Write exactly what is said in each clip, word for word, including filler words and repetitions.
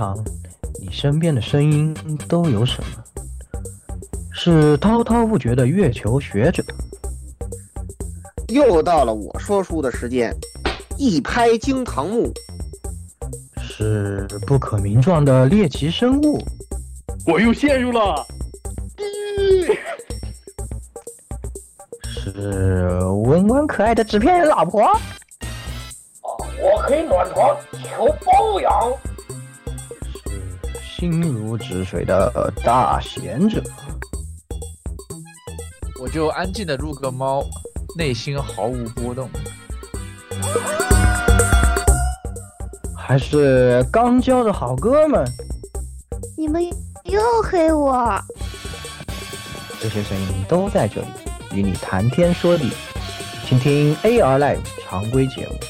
场，你身边的声音都有什么？是滔滔不绝的月球学者， 又到了我说书的时间，一拍惊堂木， 是不可名状的猎奇生物， 我又陷入了， 是温温可爱的纸片人老婆， 我可以暖床求包养， 是心如止水的大贤者， 我就安静的入个猫，内心毫无波动。 还是刚交的好哥们， 你们又黑我。 这些声音都在这里与你谈天说地，请听 A R Live 常规节目。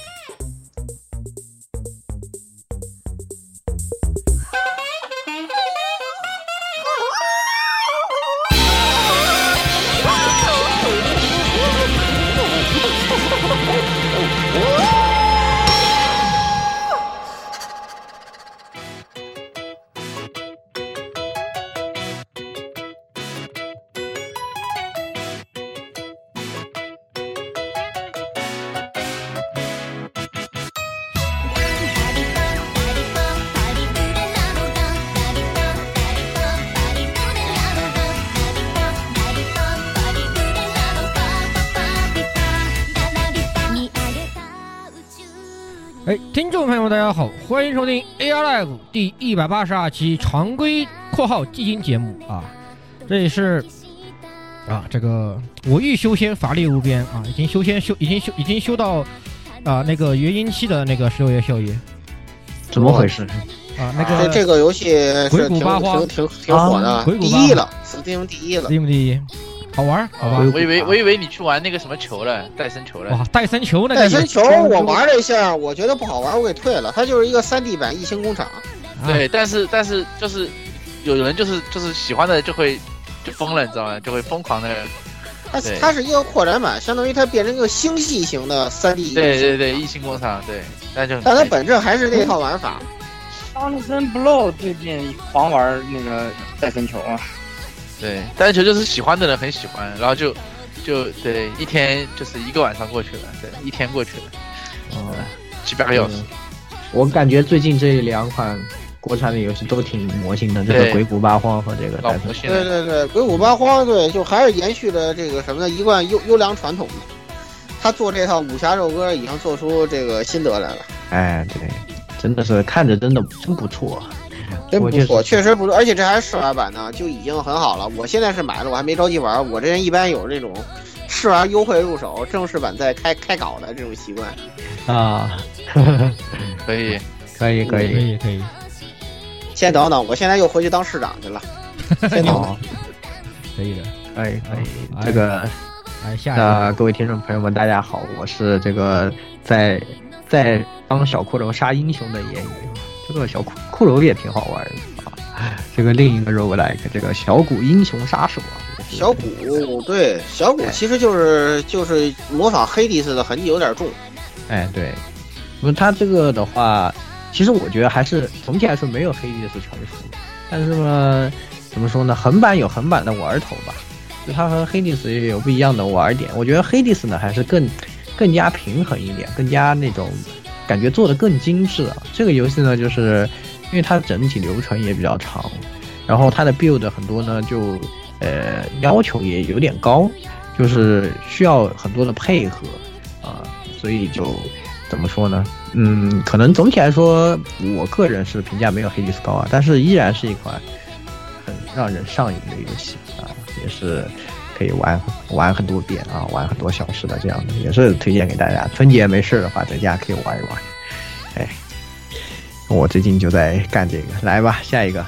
哎，听众朋友们，大家好，欢迎收听 A R Live 第一百八十二期常规（括号基金）节目啊！这也是啊，这个我欲修仙，法力无边啊，已经修仙修，已经修，已经修到啊那个元婴期的那个十六爷秀爷， 怎么回事啊？那个这这个游戏是挺挺挺挺火的， 啊、 第一了 ，Steam 第一了 ，Steam 第一。好玩，好吧？ 我以为我以为你去玩那个什么球了，戴森球了。 哇，戴森球那个。 戴森球我玩了一下，我觉得不好玩，我给退了。它就是一个 三 D 版异形工厂。 对，但是但是就是有人就是就是喜欢的就会就疯了，你知道吗？就会疯狂的。 它它是一个扩展版，相当于它变成一个星系型的 三 D。 对对对，异形工厂，对，那就。 但它本质还是那套玩法。 张森 Blow 最近狂玩那个戴森球啊。 对，单球就是喜欢的人很喜欢，然后就就对一天就是一个晚上过去了，对，一天过去了，哦，几百个小时。 我感觉最近这两款国产的游戏都挺魔性的，这个鬼谷八荒和这个老魔性。 对对对，鬼谷八荒对，就还是延续了这个什么的一贯优优良传统嘛。他做这套武侠肉歌已经做出这个心得来了。 哎，对，真的是看着真的真不错。 真不错，确实不错，而且这还是试玩版呢，就已经很好了。我现在是买了，我还没着急玩。我这人一般有这种试玩优惠入手，正式版再开开搞的这种习惯啊。 可以， 可以，可以， 可以，可以。 先等等，我现在又回去当市长去了。先等等， 可以的， 可以，可以。这个， 哎，下那各位听众朋友们，大家好，我是这个在在当小骷髅杀英雄的言语。这个小骷骷髅也挺好玩的啊！这个另一个 roguelike， 这个小骨英雄杀手啊， 小骨对小骨其实就是就是模仿黑迪斯的痕迹有点重。 哎，对，那么他这个的话，其实我觉得还是总体来说没有黑迪斯成熟，但是呢，怎么说呢？横版有横版的玩头吧，就它和黑迪斯也有不一样的玩点。我觉得黑迪斯呢还是更更加平衡一点，更加那种。感觉做的更精致啊！这个游戏呢，就是因为它整体流程也比较长，然后它的 build 很多呢，就呃要求也有点高，就是需要很多的配合啊，所以就怎么说呢？嗯，可能总体来说，我个人是评价没有黑迪斯高啊，但是依然是一款很让人上瘾的游戏啊，也是可以玩玩很多遍啊，玩很多小时的这样的，也是推荐给大家。春节没事的话，在家可以玩一玩。哎，我最近就在干这个，来吧，下一个。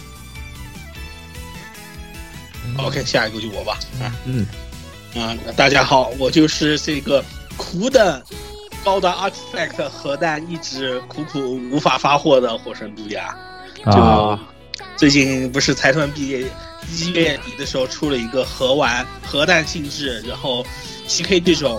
OK， 下一个就我吧。 嗯， 啊、嗯，大家好，我就是这个苦等高达 Artifact 核弹一直苦苦无法发货的火神杜亚。就最近不是财团毕业。一月底的时候出了一个核玩核弹性质，然后七 K 这种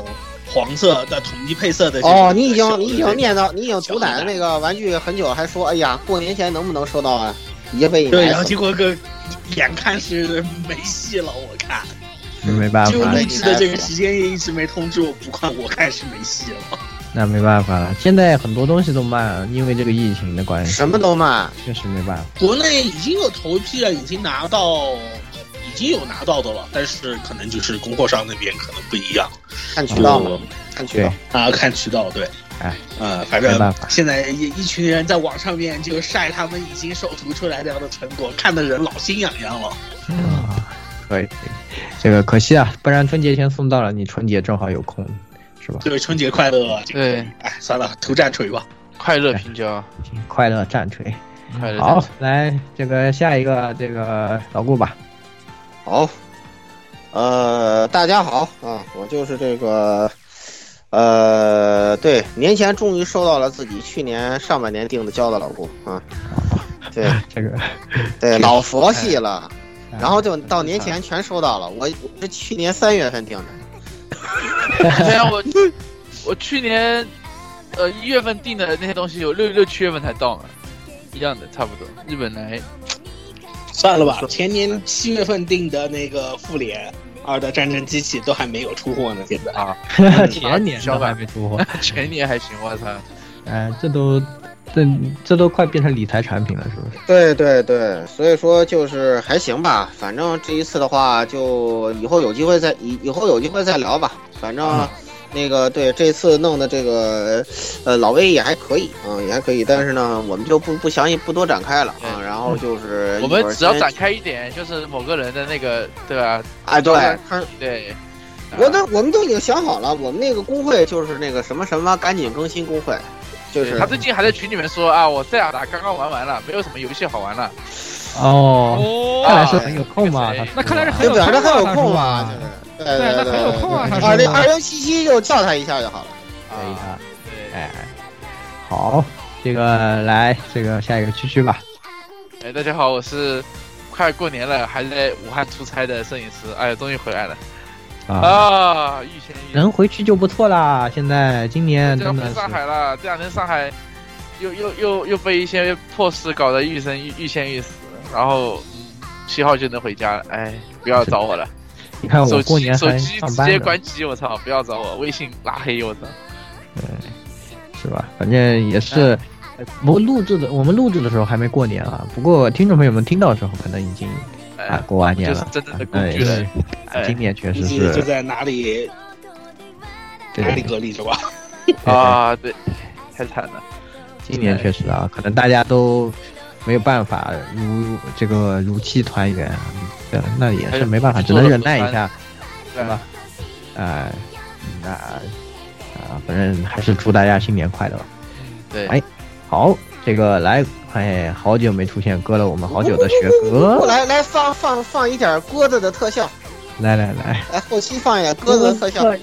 黄色的统一配色的。 哦，你已经你已经念到你已经毒奶那个玩具很久，还说哎呀，过年前能不能收到啊？已经被你对，然后结果个眼看是没戏了，我看。 没办法， 就录制的这个时间也一直没通知我补款，我看是没戏了。 那没办法了，现在很多东西都慢，因为这个疫情的关系， 什么都慢， 确实没办法。 国内已经有头一批人已经拿到，已经有拿到的了，但是可能就是供货商那边可能不一样， 看渠道嘛，看渠道啊，看渠道，对。 哎， 呃，反正现在一一群人在网上面就晒他们已经手涂出来这样的成果，看的人老心痒痒了。 啊，可以，这个可惜啊，不然春节前送到了，你春节正好有空，是吧？ 对，春节快乐。 对， 哎，算了，涂战锤吧， 快乐平交， 快乐战锤。 快乐。 好，来这个下一个这个老顾吧。 好，呃，大家好啊，我就是这个。呃，对，年前终于收到了自己去年上半年订的胶的老顾啊，对， 这个， 对，老佛系了，然后就到年前全收到了，我我是去年三月份订的， 对啊，我我去年呃一月份订的那些东西，有六六七月份才到呢，一样的差不多，日本来， 算了吧，前年七月份订的那个复联二的战争机器都还没有出货呢，现在啊， 前年都还没出货， 前年还行，我操， 哎，这都这这都快变成理财产品了，是不是？ 对对对，所以说就是还行吧，反正这一次的话，就以后有机会再以以后有机会再聊吧，反正。嗯那个对这次弄的这个，呃，老威也还可以啊、嗯，也还可以，但是呢，我们就不不详细不多展开了啊。然后就是我们只要展开一点，就是某个人的那个，对吧？ 哎，对， 对， 我都我们都已经想好了，我们那个工会就是那个什么什么赶紧更新工会，就是他最近还在群里面说啊，我塞尔达刚刚玩完了，没有什么游戏好玩了。 哦，看来是很有空嘛，他那看来是很有空， 他很有空嘛，就是。对对对， 那很有空啊！ 二零二零七七就叫他一下就好了， 可以的。对，哎，好，这个来，这个下一个区区吧。 哎，大家好，我是快过年了还在武汉出差的摄影师，哎呀，终于回来了。啊，预先能回去就不错啦。现在今年真的是上海了，这两天上海又又又又被一些破事搞得欲生欲欲仙欲死，然后七号就能回家了。哎，不要找我了。 你看我过年还上班，手机直接关机，我操！不要找我，微信拉黑我操。 对，是吧？反正也是，不过录制的我们录制的时候还没过年啊。不过听众朋友们听到的时候，可能已经啊过完年了。 就是真正的工具了。 今年确实是就在哪里哪里隔离是吧？ 啊，对，太惨了。 今年确实啊，可能大家都没有办法如这个如期团圆。对，那也是没办法，只能忍耐一下，对吧？哎、呃，那啊，反正还是祝大家新年快乐。 对， 哎，好，这个来，哎，好久没出现，割了我们好久的雪哥， 来来放放放一点鸽子的特效， 来来来， 来后期放一点鸽子的特效。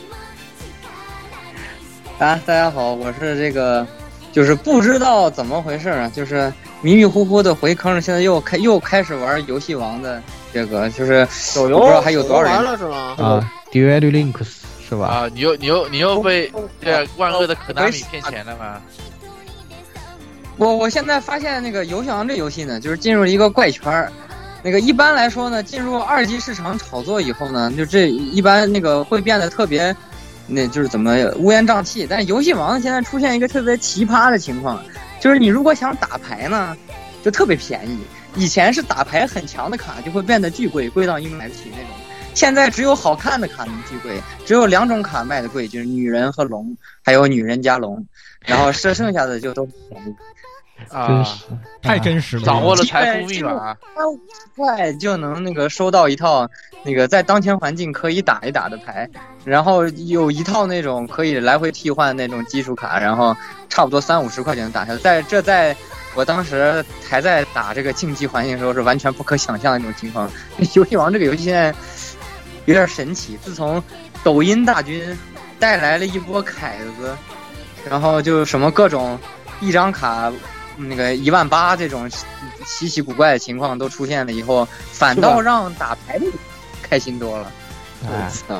啊，大家好，我是这个，就是不知道怎么回事啊，就是迷迷糊糊的回坑，现在又开又开始玩游戏王的这个，就是手游不知道还有多少人了是吗？ 啊 ，Duel Links 是吧？ 啊，你又你又你又被这个万恶的可纳米骗钱了吗？ 我我现在发现那个游戏王这游戏呢，就是进入了一个怪圈儿。那个一般来说呢，进入二级市场炒作以后呢，就这一般那个会变得特别。那就是怎么乌烟瘴气，但是游戏王现在出现一个特别奇葩的情况，就是你如果想打牌呢，就特别便宜。以前是打牌很强的卡就会变得巨贵，贵到你买不起那种。现在只有好看的卡能巨贵，只有两种卡卖的贵，就是女人和龙，还有女人加龙，然后剩剩下的就都便宜。 啊， 真是太真实了， 掌握了财富密码， 三五十块就能那个收到一套那个在当前环境可以打一打的牌，然后有一套那种可以来回替换那种基础卡，然后差不多三五十块钱能打下来。在这在我当时还在打这个竞技环境的时候是完全不可想象的那种情况。游戏王这个游戏现在有点神奇，自从抖音大军带来了一波凯子，然后就什么各种一张卡。那个一万八这种稀奇古怪的情况都出现了以后，反倒让打牌的开心多了。 我操！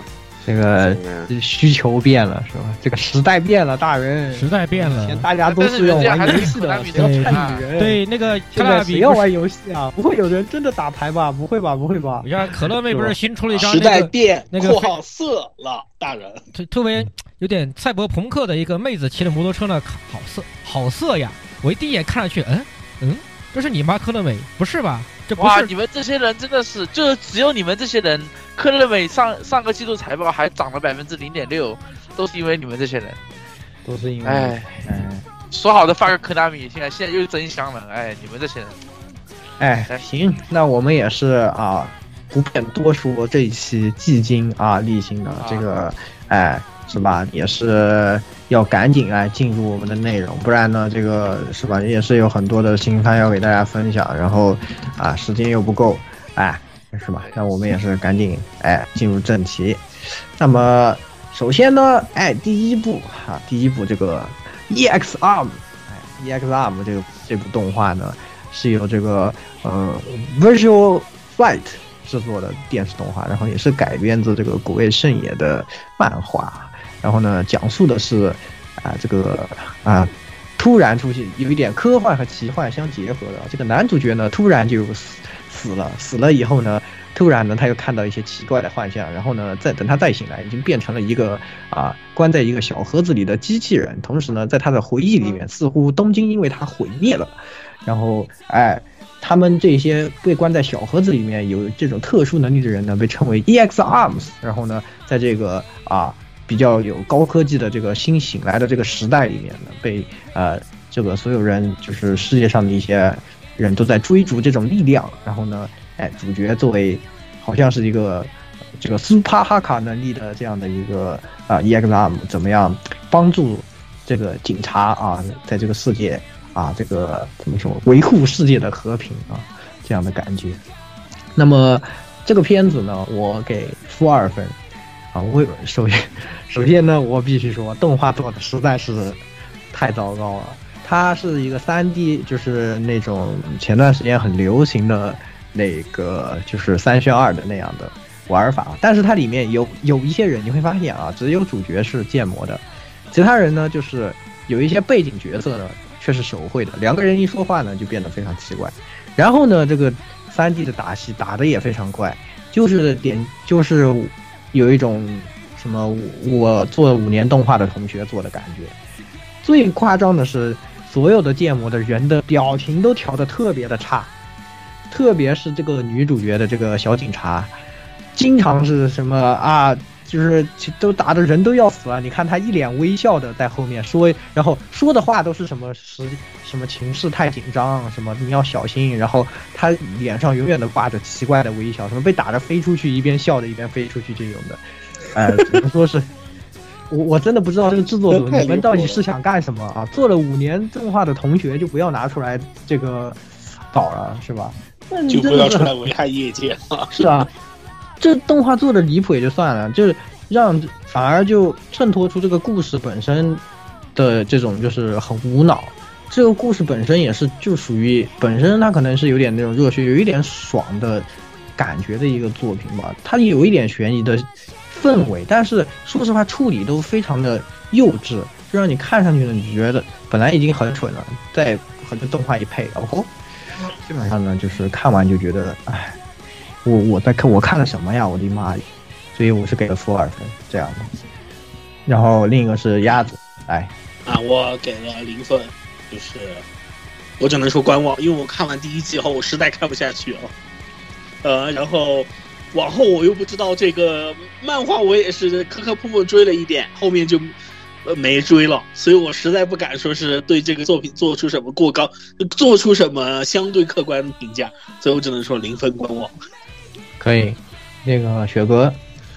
这个需求变了是吧？这个时代变了，大人时代变了， 以前大家都是要玩游戏的，谁要看女人？ 对，那个现在谁要玩游戏啊？不会有人真的打牌吧？不会吧？不会吧？ 你看可乐妹不是新出了一张时代变， 那个括号色了，大人， 特特别有点赛博朋克的一个妹子骑着摩托车呢，好色，好色呀！我一第一眼看上去，嗯嗯，这是你吗，可乐妹？不是吧？这不是哇！你们这些人真的是，就是只有你们这些人，科乐美上上个季度财报还涨了百分之零点六，都是因为你们这些人， 都是因为哎哎，说好的发个科纳米，现在现在又真香了，哎，你们这些人， 哎，行，那我们也是啊，不便多说，这一期技惊啊立新的这个，哎，是吧？也是要赶紧来进入我们的内容，不然呢，这个是吧？也是有很多的新番要给大家分享，然后啊，时间又不够，哎，是吧？那我们也是赶紧哎进入正题。那么首先呢，哎，第一部哈、啊，第一部这个 E X A R M， 哎 ，E X A R M 这个这部动画呢，是由这个呃 Visual Fight 制作的电视动画，然后也是改编自这个古味胜也的漫画。然后呢，讲述的是啊，这个啊，突然出现有一点科幻和奇幻相结合的这个男主角呢，突然就死死了，死了以后呢，突然呢他又看到一些奇怪的幻象，然后呢，再等他再醒来，已经变成了一个啊关在一个小盒子里的机器人。同时呢，在他的回忆里面，似乎东京因为他毁灭了，然后哎。他们这些被关在小盒子里面有这种特殊能力的人呢，被称为 E X A R M S。然后呢，在这个啊比较有高科技的这个新醒来的这个时代里面呢，被呃这个所有人就是世界上的一些人都在追逐这种力量。然后呢，哎，主角作为好像是一个这个 Super 哈卡能力的这样的一个啊 E X A R M， 怎么样帮助这个警察啊，在这个世界。啊，这个怎么说？维护世界的和平啊，这样的感觉。那么这个片子呢，我给负二分。啊，我首先首先呢，我必须说，动画做的实在是太糟糕了。它是一个 三 D， 就是那种前段时间很流行的那个，就是三选二的那样的玩法。但是它里面有有一些人，你会发现啊，只有主角是建模的，其他人呢，就是有一些背景角色呢。却是手绘的，两个人一说话呢就变得非常奇怪，然后呢这个 三 D 的打戏打得也非常怪，就是点就是有一种什么我做五年动画的同学做的感觉。最夸张的是所有的建模的人的表情都调得特别的差，特别是这个女主角的这个小警察，经常是什么啊就是都打的人都要死了，你看他一脸微笑的在后面说，然后说的话都是什么时什么情势太紧张，什么你要小心，然后他脸上永远都挂着奇怪的微笑，什么被打着飞出去，一边笑着一边飞出去这种的，呃，怎么说是，我我真的不知道这个制作组你们到底是想干什么啊？做了五年动画的同学就不要拿出来这个搞了，是吧？ 就不要出来危害业界了。 是啊。这动画做的离谱也就算了，就是让反而就衬托出这个故事本身的这种就是很无脑。这个故事本身也是就属于本身它可能是有点那种热血，有一点爽的感觉的一个作品吧。它有一点悬疑的氛围，但是说实话处理都非常的幼稚，就让你看上去呢，你觉得本来已经很蠢了，再和这动画一配，哦，基本上呢就是看完就觉得，哎。我我在看我看了什么呀？我的妈呀！所以我是给了负二分这样的。然后另一个是鸭子，哎， 啊，我给了零分，就是我只能说观望，因为我看完第一季后，我实在看不下去了。呃，然后往后我又不知道这个漫画，我也是磕磕碰碰追了一点，后面就呃没追了，所以我实在不敢说是对这个作品做出什么过高，做出什么相对客观的评价，所以我只能说零分观望。 可以，那个雪哥，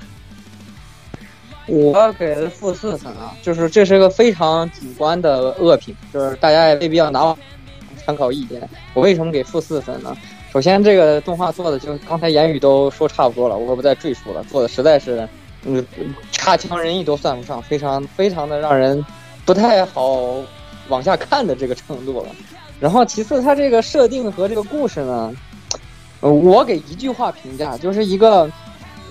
我给了负四分啊，就是这是个非常主观的恶评，就是大家也未必要拿我参考意见。我为什么给负四分呢？首先，这个动画做的就刚才言语都说差不多了，我不再赘述了，做的实在是，嗯，差强人意都算不上，非常非常的让人不太好往下看的这个程度了。然后其次，它这个设定和这个故事呢。呃，我给一句话评价，就是一个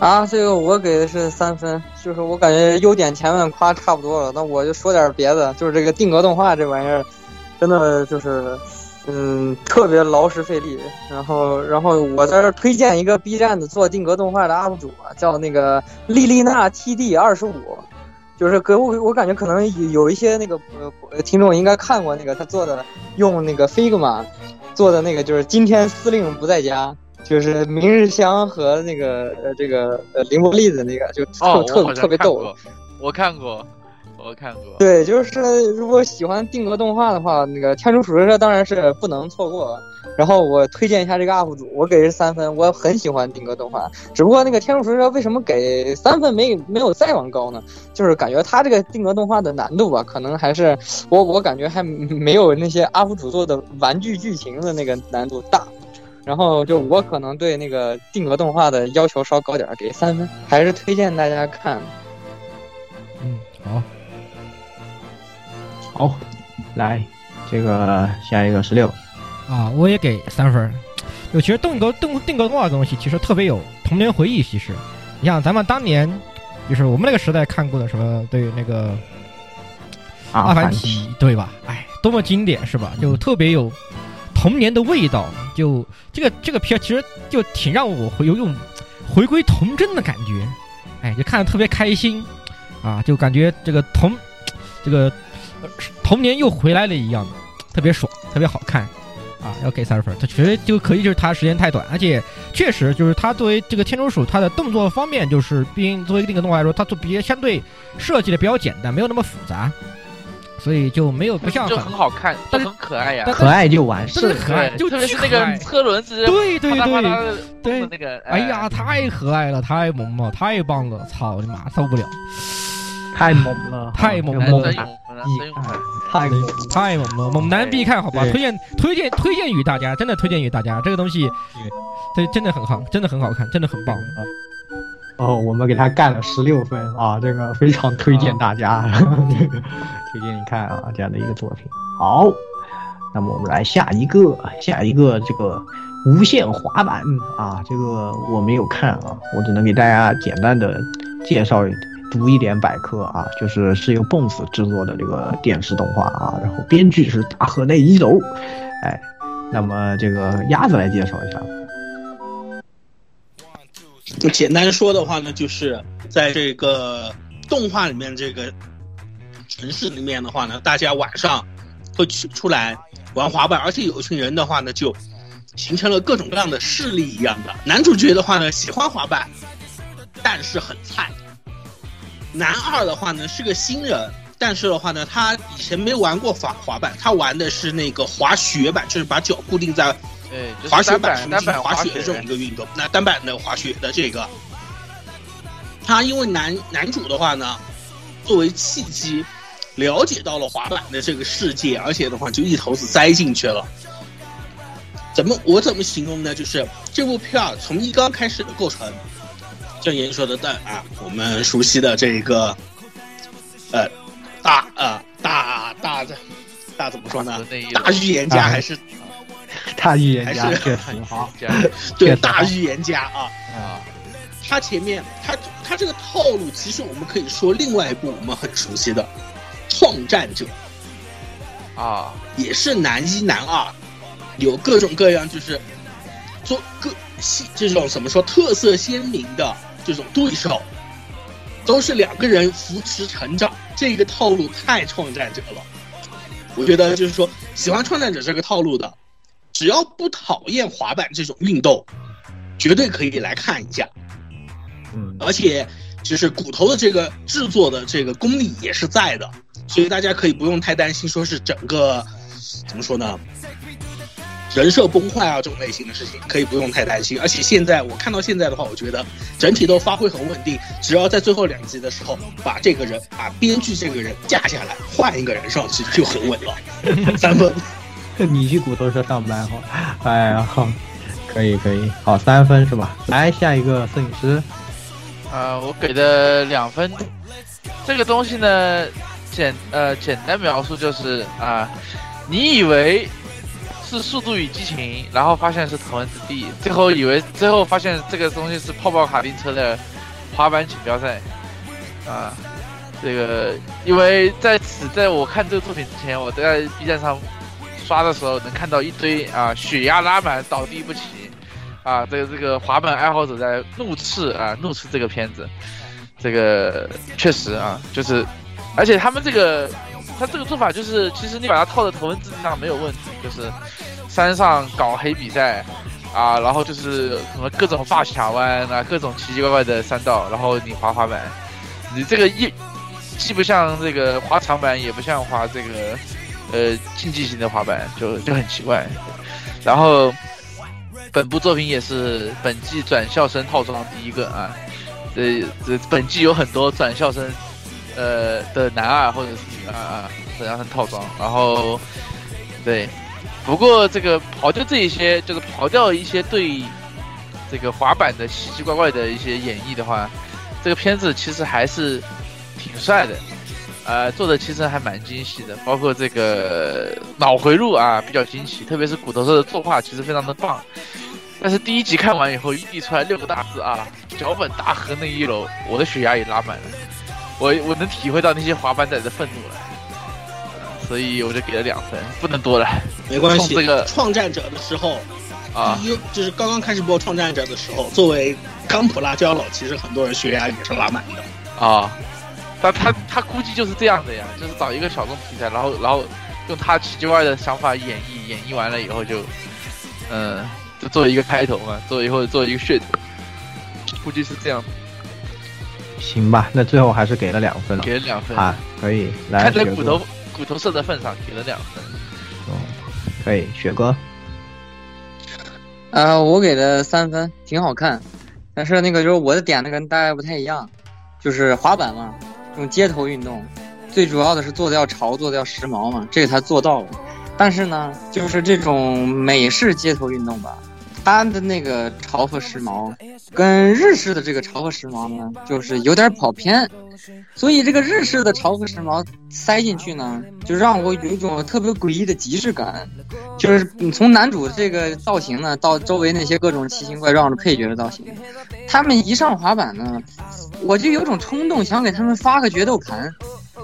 啊，这个我给的是三分，就是我感觉优点前面夸差不多了，那我就说点别的，就是这个定格动画这玩意儿，真的就是，嗯，特别劳时费力。然后，然后我在这推荐一个 B 站的做定格动画的 U P 主啊，叫那个莉莉娜 T D 二十五，就是给我我感觉可能有一些那个呃听众应该看过那个他做的用那个 Figma 做的那个，就是今天司令不在家。就是明日香和那个呃这个呃凌波丽的那个就特、 哦、 特特别逗， 我看过，我看过。 对，就是如果喜欢定格动画的话，那个《天竺鼠车车》当然是不能错过。然后我推荐一下这个 U P 主，我给是三分，我很喜欢定格动画。只不过那个《天竺鼠车车》为什么给三分没没有再往高呢？就是感觉它这个定格动画的难度吧，可能还是我我感觉还没有那些 U P 主做的玩具剧情的那个难度大。然后就我可能对那个定格动画的要求稍高点，给三分，还是推荐大家看。 嗯，好， 好，来这个下一个十六啊，我也给三分。就其实定格定定格动画的东西，其实特别有童年回忆。其实，你像咱们当年，就是我们那个时代看过的什么，对那个阿凡提，对吧？哎，多么经典是吧？就特别有童年的味道。就这个这个片其实就挺让我回有种回归童真的感觉，哎，就看得特别开心啊，就感觉这个童这个、呃、童年又回来了一样，特别爽，特别好看啊，要给三分。它其实就可以就是它时间太短，而且确实就是它作为这个天竺鼠，它的动作方面就是毕竟作为定格动画来说，它做比相对设计的比较简单，没有那么复杂。所以就没有不像就很好看，但是很可爱呀， 可爱就完事了， 可爱，就特别是那个车轮子， 对对对对，那个， 哎呀，太可爱了，太萌了，太棒了，操你妈，受不了， 太萌了， 太萌了， 太萌， 太萌了，猛男必看，好吧，推荐推荐推荐于大家，真的推荐于大家，这个东西，对，真的很好，真的很好看，真的很棒啊。 哦，我们给他干了十六分啊！这个非常推荐大家，这个推荐你看啊，这样的一个作品。好，那么我们来下一个，下一个这个无限滑板啊，这个我没有看啊，我只能给大家简单的介绍读一点百科啊，就是是由 Bones 制作的这个电视动画啊，然后编剧是大河内一楼，哎，那么这个鸭子来介绍一下。 就简单说的话呢，就是在这个动画里面，这个城市里面的话呢，大家晚上会去出来玩滑板，而且有一群人的话呢，就形成了各种各样的势力一样的。男主角的话呢，喜欢滑板，但是很菜。男二的话呢，是个新人，但是的话呢，他以前没玩过滑滑板，他玩的是那个滑雪板，就是把脚固定在。 对，就是、 滑雪板单板滑雪的这种一个运动，那单板的滑雪的这个，他因为男男主的话呢，作为契机，了解到了滑板的这个世界，而且的话就一头子栽进去了。怎么我怎么形容呢？就是这部片儿从一刚开始的构成，正言说的的啊，我们熟悉的这个，呃，大呃大大的大怎么说呢？大预言家还是。 大预言家确实好， 对大预言家啊啊！他前面他他这个套路，其实我们可以说另外一部我们很熟悉的《创战者》 啊， 也是男一男二，有各种各样就是做各这种怎么说特色鲜明的这种对手，都是两个人扶持成长，这个套路太创战者了。我觉得就是说，喜欢创战者这个套路的。只要不讨厌滑板这种运动，绝对可以来看一下。 嗯， 而且就是骨头的这个制作的这个功力也是在的，所以大家可以不用太担心，说是整个怎么说呢，人设崩坏啊这种类型的事情，可以不用太担心。而且现在我看到现在的话，我觉得整体都发挥很稳定，只要在最后两集的时候把这个人把编剧这个人架下来，换一个人上去就很稳了。三分。 你去骨头车上班哈，哎呀，好，可以可以，好三分是吧？来下一个摄影师， 啊、呃，我给的两分。这个东西呢，简呃简单描述就是啊、呃，你以为是《速度与激情》，然后发现是头文字 D， 最后以为最后发现这个东西是泡泡卡丁车的滑板锦标赛啊。这个因为在此在我看这个作品之前，我在 B 站上刷的时候能看到一堆啊血压拉满倒地不起啊，这个这个滑板爱好者在怒斥啊怒斥这个片子。这个确实啊，就是而且他们这个他这个做法就是，其实你把它套在头文字 D 上没有问题，就是山上搞黑比赛啊，然后就是什么各种发卡弯啊，各种奇奇怪怪的山道，然后你滑滑板，你这个一既不像这个滑长板，也不像滑这个呃竞技型的滑板，就就很奇怪。然后本部作品也是本季转校生套装第一个啊，这这本季有很多转校生呃的男二或者是女二啊转校生套装，然后对，不过这个刨掉这一些，就是刨掉一些对这个滑板的奇奇怪怪的一些演绎的话，这个片子其实还是挺帅的，呃，做的其实还蛮精细的，包括这个脑回路啊比较惊奇，特别是骨头社的作画其实非常的棒。但是第一集看完以后，一递出来六个大字啊，脚本大河那一楼，我的血压也拉满了，我我能体会到那些滑板仔的愤怒了，呃、所以我就给了两分，不能多了。 没关系， 这个创战者的时候啊， 就是刚刚开始播创战者的时候，作为钢普拉胶佬，其实很多人血压也是拉满的啊。但他他估计就是这样的呀，就是找一个小众题材，然后然后用他奇奇怪怪的想法演绎，演绎完了以后就，嗯，就作为一个开头嘛，作为以后作为一个噱头，估计是这样的。 行吧，那最后还是给了两分了， 给了两分啊，可以来。 看在骨头骨头社的份上，给了两分。 哦，可以，雪哥。 啊、呃，我给的三分，挺好看，但是那个就是我的点的跟大家不太一样，就是滑板嘛。这种街头运动，最主要的是做的要潮，做的要时髦嘛，这个他做到了。但是呢，就是这种美式街头运动吧，它的那个潮和时髦，跟日式的这个潮和时髦呢，就是有点跑偏。所以这个日式的潮和时髦塞进去呢，就让我有一种特别诡异的即视感。就是从男主这个造型呢，到周围那些各种奇形怪状的配角的造型，他们一上滑板呢，我就有种冲动想给他们发个决斗盘，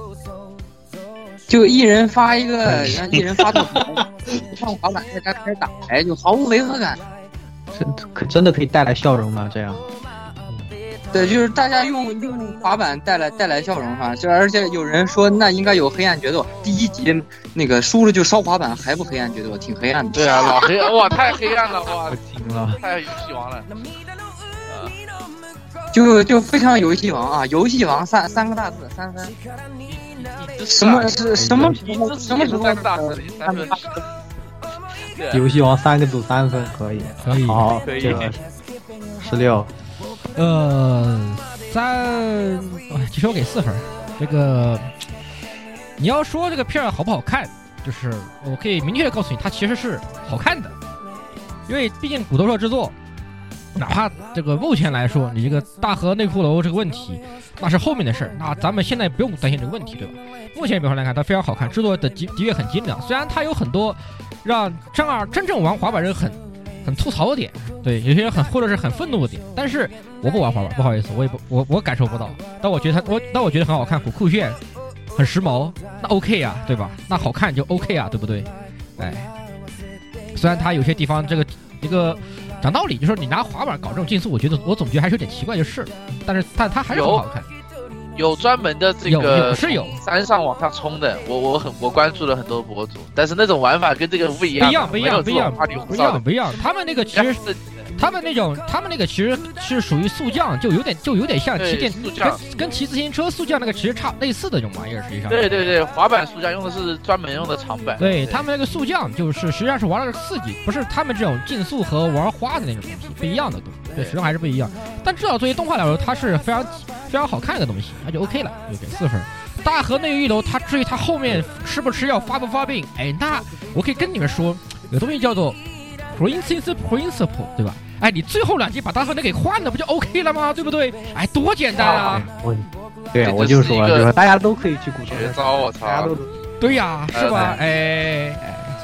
就一人发一个，让一人发斗牌，上滑板大家开始打牌，就毫无违和感。 真可真的可以带来笑容吗？这样？ 对，就是大家用用滑板带来带来笑容哈，就而且有人说那应该有黑暗决斗，第一集那个输了就烧滑板，还不黑暗决斗，挺黑暗的。 对啊，老黑暗哇，太黑暗了哇， 听了， 太游戏王了。呃、 就就非常游戏王啊，游戏王三三个大字三分。什么是什么什么时候三个大字三分？ 游戏王三个组三分可以， 可以， 好， 可以。 这个十六。 呃，三，其实我给四分。这个你要说这个片好不好看，就是我可以明确的告诉你，它其实是好看的，因为毕竟骨头社制作，哪怕这个目前来说，你这个大河内骷髅这个问题，那是后面的事儿，那咱们现在不用担心这个问题，对吧？目前表现来看，它非常好看，制作的的的确很精良，虽然它有很多让真二真正玩滑板人很。很吐槽的点，对，有些人很或者是很愤怒的点，但是我不玩滑板，不好意思，我也不我我感受不到。但我觉得他我但我觉得很好看，很酷炫，很时髦，那 OK 啊，对吧？那好看就 OK 啊，对不对？哎，虽然他有些地方这个一个讲道理，就是说你拿滑板搞这种竞速，我觉得我总觉得还是有点奇怪，就是，但是但他还是很好看。 有专门的这个有是有山上往下冲的，我我很我关注了很多博主，但是那种玩法跟这个不一样， 不一样，不一样，不一样，不一样，不一样。他们那个其实，他们那种，他们那个其实是属于速降，就有点就有点像骑电跟跟骑自行车速降那个其实差类似的这种玩意儿，实际上。 对对对，滑板速降用的是专门用的长板。 对他们那个速降就是实际上是玩了个刺激，不是他们这种竞速和玩花的那种东西不一样的东西，对，实际上还是不一样。但至少作为动画来说，它是非常。非常好看的东西，那就 OK 了，就给四分。大河内一楼，它至于它后面吃不吃药、发不发病，哎，那我可以跟你们说，有东西叫做 principle principle， 对吧？哎，你最后两集把大河内给换了，不就 OK 了吗？对不对？哎，多简单啊！ 我，对啊，我就说，就是大家都可以去鼓掌。 绝招，我操！ 大家都对呀，是吧？哎哎，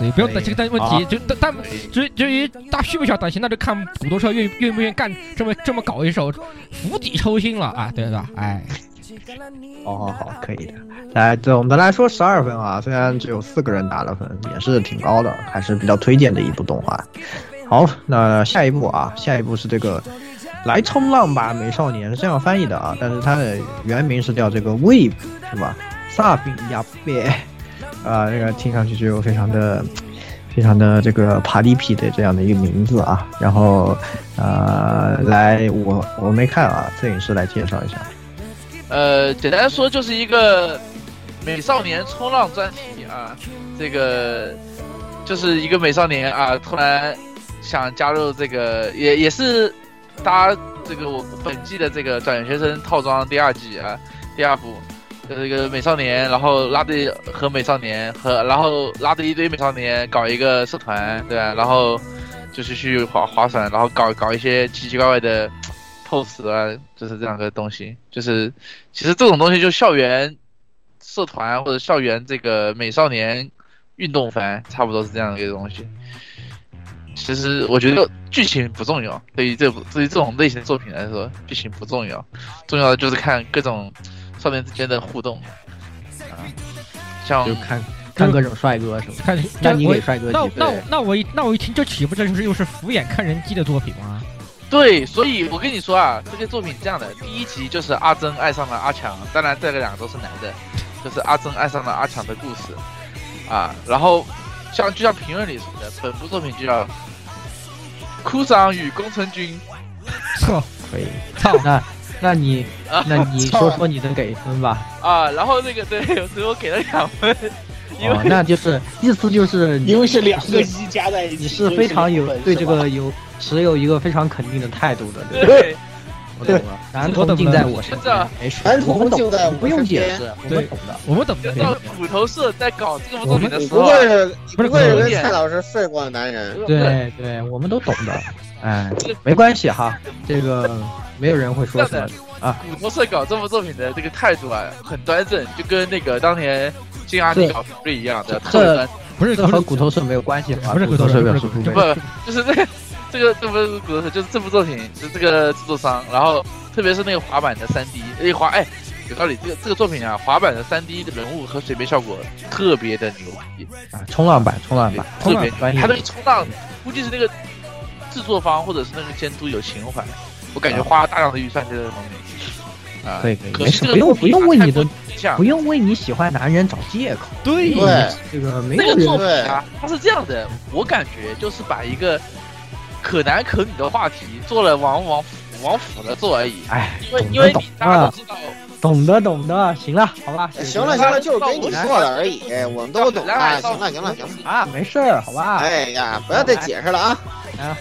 所以不用担心这个问题。就但至至于大需不需要担心，那就看骨头社愿愿不愿意干这么这么搞一手釜底抽薪了啊，对吧？哎， 好好好，可以的。来，总的来说十二分啊，虽然只有四个人打了分，也是挺高的，还是比较推荐的一部动画。好，那下一部啊，下一部是这个来冲浪吧美少年，是这样翻译的啊，但是它的原名是叫这个 Wave 是吧？萨比亚贝啊，这个听上去就非常的非常的这个爬地皮的这样的一个名字啊。然后呃，来我我没看啊，摄影师来介绍一下。 呃，简单说就是一个美少年冲浪专题啊，这个就是一个美少年啊，突然想加入这个，也也是搭这个我本季的这个转学生套装第二季啊，第二部就是一个美少年，然后拉着和美少年和然后拉着一堆美少年搞一个社团，对吧？然后就是去划划船，然后搞搞一些奇奇怪怪的 pose 啊，就是这样个东西。就是其实这种东西就校园社团或者校园这个美少年运动番，差不多是这样的一个东西。其实我觉得剧情不重要，对于这部对于这种类型的作品来说，剧情不重要，重要的就是看各种少年之间的互动啊，像就看看各种帅哥什么。 看， 那你给帅哥那几分？ 那我那我一那我一听，这岂不这就是又是敷衍看人机的作品吗？ 对，所以我跟你说啊，这个作品这样的，第一集就是阿珍爱上了阿强，当然这个两个都是男的，就是阿珍爱上了阿强的故事啊。然后像就像评论里说的，本部作品就叫哭长与宫城君。 操， 可以，操，那那你那你说说你的给分吧。 啊，然后那个对，所以我给了两分。因为、 哦、那就是意思就是因为是两个一加在一起， 你是非常有对这个有持有一个非常肯定的态度的。 对， 对我懂了，男同尽在我身上，没事， 男同就在我不用解释，我们懂的， 我们懂的。 到骨头社在搞这个作品的时候， 不会是不会是跟蔡老师睡过的男人？ 对对，我们都懂的。哎，没关系哈，这个没有人会说什么啊。 骨头社搞这部作品的这个态度啊，很端正，就跟那个当年金阿尼搞福利一样的， 这不是这和骨头社没有关系吧？ 不是骨头社，不是不不，就是这这个这不是骨头社，就是这部作品，就这个制作商，然后特别是那个滑板的三 D， 哎滑哎有道理，这个这个作品啊，滑板的三 D 的人物和水面效果特别的牛逼啊，冲浪板冲浪板特别专业，他那个冲浪估计是那个制作方或者是那个监督有情怀，我感觉花了大量的预算在这个方面啊， 可以可以，没事，不用不用为你的。不用为你喜欢男人找借口。 对对， 这个没有人啊，他是这样的，我感觉就是把一个可男可女的话题做了往往往腐了做而已。 哎， 因为因为你大家都知道， 懂得懂得，行了，好吧， 行了行了，就是给你说的而已，我们都懂啊。行了行了行了啊，没事儿，好吧。 哎呀，不要再解释了啊啊！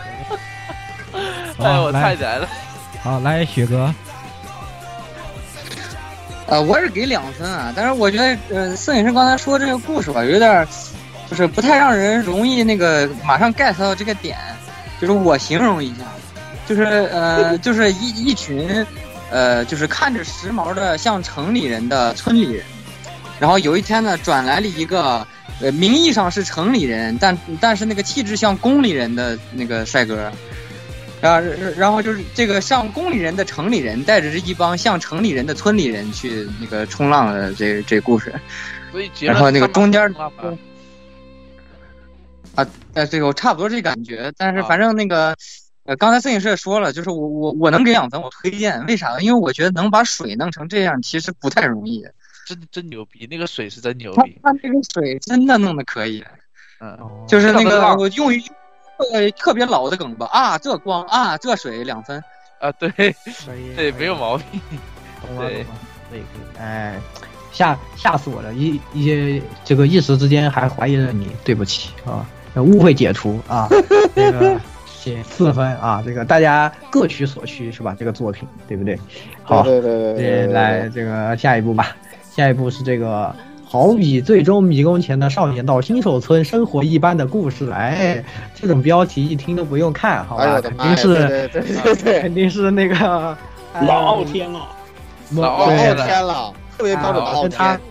哎，我太燃了。 好，来雪哥。 呃，我也是给两分啊，但是我觉得，呃，摄影师刚才说这个故事吧，有点，就是不太让人容易那个马上 get 到这个点。就是我形容一下，就是呃，就是一一群，呃，就是看着时髦的像城里人的村里人，然后有一天呢，转来了一个，呃，名义上是城里人，但但是那个气质像宫里人的那个帅哥。然后，然后就是这个像宫里人的城里人带着这一帮像城里人的村里人去那个冲浪的这这故事， 所以然后那个中间啊，呃，这个我差不多这感觉，但是反正那个，呃，刚才摄影师也说了，就是我我我能给两分，我推荐，为啥？因为我觉得能把水弄成这样，其实不太容易， 真真牛逼，那个水是真牛逼， 他那个水真的弄得可以， 嗯， 就是那个我用于。呃，特别老的梗吧啊，这光啊，这水两分啊，对，对，没有毛病， 懂了懂了，可以可以，哎，吓吓死我了，一一些这个一时之间还怀疑了你，对不起啊，误会解除啊，这个写四分啊，这个大家各取所需是吧？这个作品对不对？好， 对对对， 来这个下一步吧，下一步是这个。好比最终迷宫前的少年到新手村生活一般的故事，哎，这种标题一听都不用看，好吧？ 哎、 肯定是， 对对对对， 肯定是那个老傲天了， 老傲天了，特别标准的傲天。 他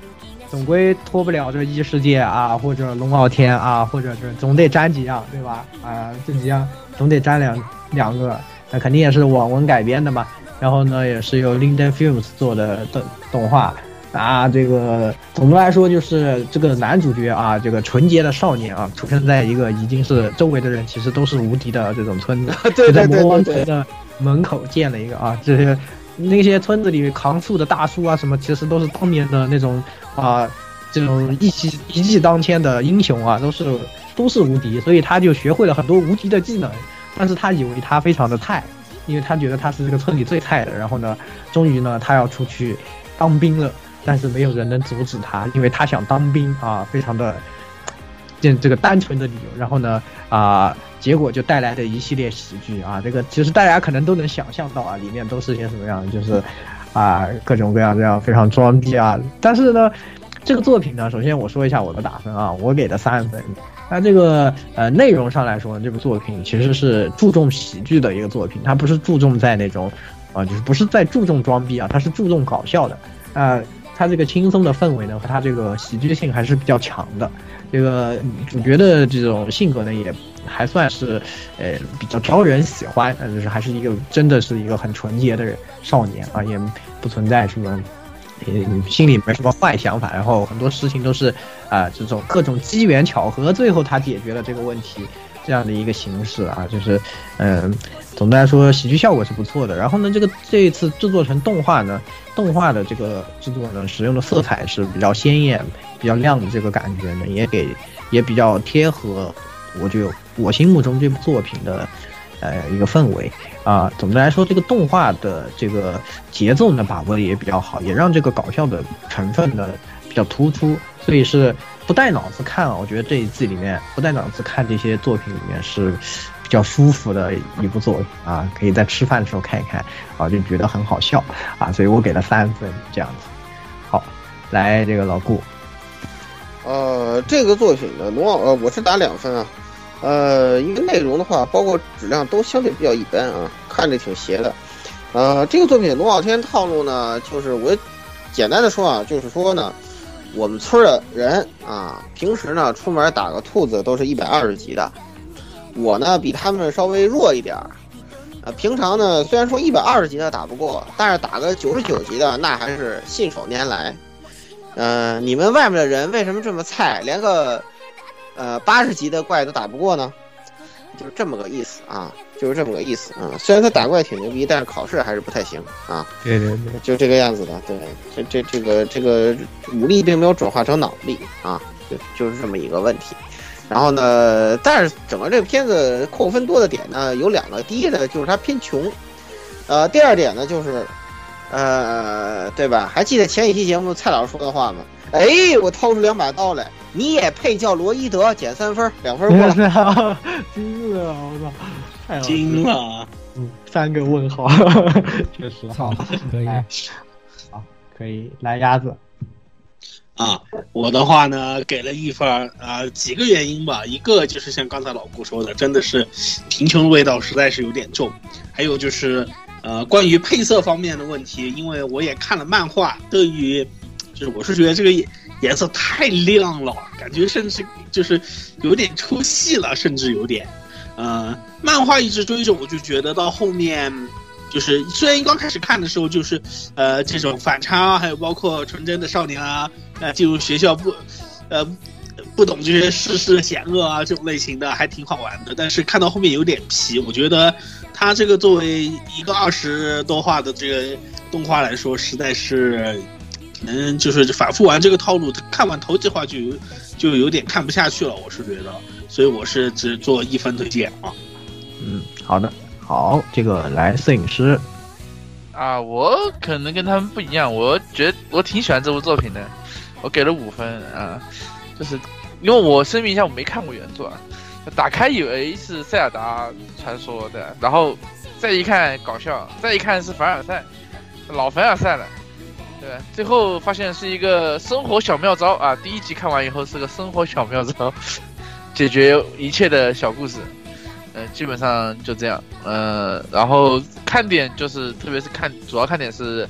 总归脱不了这异世界啊，或者龙傲天啊，或者是总得沾几样，对吧？啊，这几样总得沾两两个，那肯定也是网文改编的嘛。然后呢，也是由 Linden Films 做的动动画。啊，这个总的来说就是这个男主角啊，这个纯洁的少年啊，出生在一个已经是周围的人其实都是无敌的这种村子， 对对对对对， 在魔王城的门口建了一个啊，这些那些村子里扛树的大叔啊什么，其实都是当年的那种啊，这种一骑一骑当千的英雄啊，都是都是无敌，所以他就学会了很多无敌的技能，但是他以为他非常的菜，因为他觉得他是这个村里最菜的，然后呢，终于呢，他要出去当兵了。但是没有人能阻止他，因为他想当兵啊，非常的这这个单纯的理由。然后呢，啊，结果就带来的一系列喜剧啊，这个其实大家可能都能想象到啊，里面都是些什么样的，就是啊各种各样这样非常装逼啊。但是呢，这个作品呢，首先我说一下我的打分啊，我给的三分。那这个呃内容上来说，这部作品其实是注重喜剧的一个作品，它不是注重在那种啊，就是不是在注重装逼啊，它是注重搞笑的啊。它这个轻松的氛围呢，和它这个喜剧性还是比较强的。这个主角的这种性格呢，也还算是，呃，比较招人喜欢。呃，就是还是一个真的是一个很纯洁的人少年啊，也不存在什么，呃，心里没什么坏想法。然后很多事情都是啊、呃，这种各种机缘巧合，最后他解决了这个问题。这样的一个形式啊，就是，嗯，总的来说喜剧效果是不错的。然后呢，这个这一次制作成动画呢，动画的这个制作呢，使用的色彩是比较鲜艳、比较亮的这个感觉呢，也给也比较贴合我就我心目中这部作品的呃一个氛围啊。总的来说，这个动画的这个节奏呢把握的也比较好，也让这个搞笑的成分呢比较突出，所以是。不带脑子看啊，我觉得这一季里面不带脑子看这些作品里面是比较舒服的一部作品啊，可以在吃饭的时候看一看啊，就觉得很好笑啊，所以我给了三分这样子。好，来这个老顾， 呃，这个作品的龙傲呃，我是打两分啊，呃，因为内容的话，包括质量都相对比较一般啊，看着挺邪的。呃，这个作品龙傲天套路呢，就是我简单的说啊，就是说呢。我们村的人啊，平时呢出门打个兔子都是一百二十级的，我呢比他们稍微弱一点儿，呃，平常呢虽然说一百二十级的打不过，但是打个九十九级的那还是信手拈来。呃，你们外面的人为什么这么菜，连个呃八十级的怪都打不过呢？就是这么个意思啊，就是这么个意思啊。虽然他打怪挺牛逼，但是考试还是不太行啊。 对对对， 就这个样子的。对，这这这个这个武力并没有转化成脑力啊，就就是这么一个问题。然后呢，但是整个这个片子扣分多的点呢有两个，第一呢就是它偏穷，呃，第二点呢就是，呃，对吧？还记得前一期节目蔡老师说的话吗？哎，我掏出两把刀来，你也配叫罗伊德，减三分，两分过了。 惊了，我操，太惊了， 嗯，三个问号，确实好， 可以， 好，可以来鸭子。 啊，我的话呢，给了一分啊、呃，几个原因吧。一个就是像刚才老顾说的，真的是贫穷的味道实在是有点重。还有就是，呃，关于配色方面的问题，因为我也看了漫画，对于就是我是觉得这个颜色太亮了，感觉甚至就是有点出戏了，甚至有点，呃，漫画一直追着，我就觉得到后面。就是虽然刚开始看的时候，就是呃这种反差，还有包括纯真的少年啊，呃进入学校不，呃不懂这些世事险恶啊这种类型的，还挺好玩的。但是看到后面有点皮，我觉得他这个作为一个二十多话的这个动画来说，实在是能就是反复玩这个套路，看完头几话就有就有点看不下去了，我是觉得，所以我是只做一分推荐啊。 嗯，好的。好，这个来摄影师啊，我可能跟他们不一样，我觉得我挺喜欢这部作品的，我给了五分啊，就是因为我声明一下，我没看过原作，打开以为是塞尔达传说的，然后再一看搞笑，再一看是凡尔赛，老凡尔赛了，对，最后发现是一个生活小妙招啊，第一集看完以后是个生活小妙招，解决一切的小故事。呃，基本上就这样，呃，然后看点就是，特别是看主要看点是，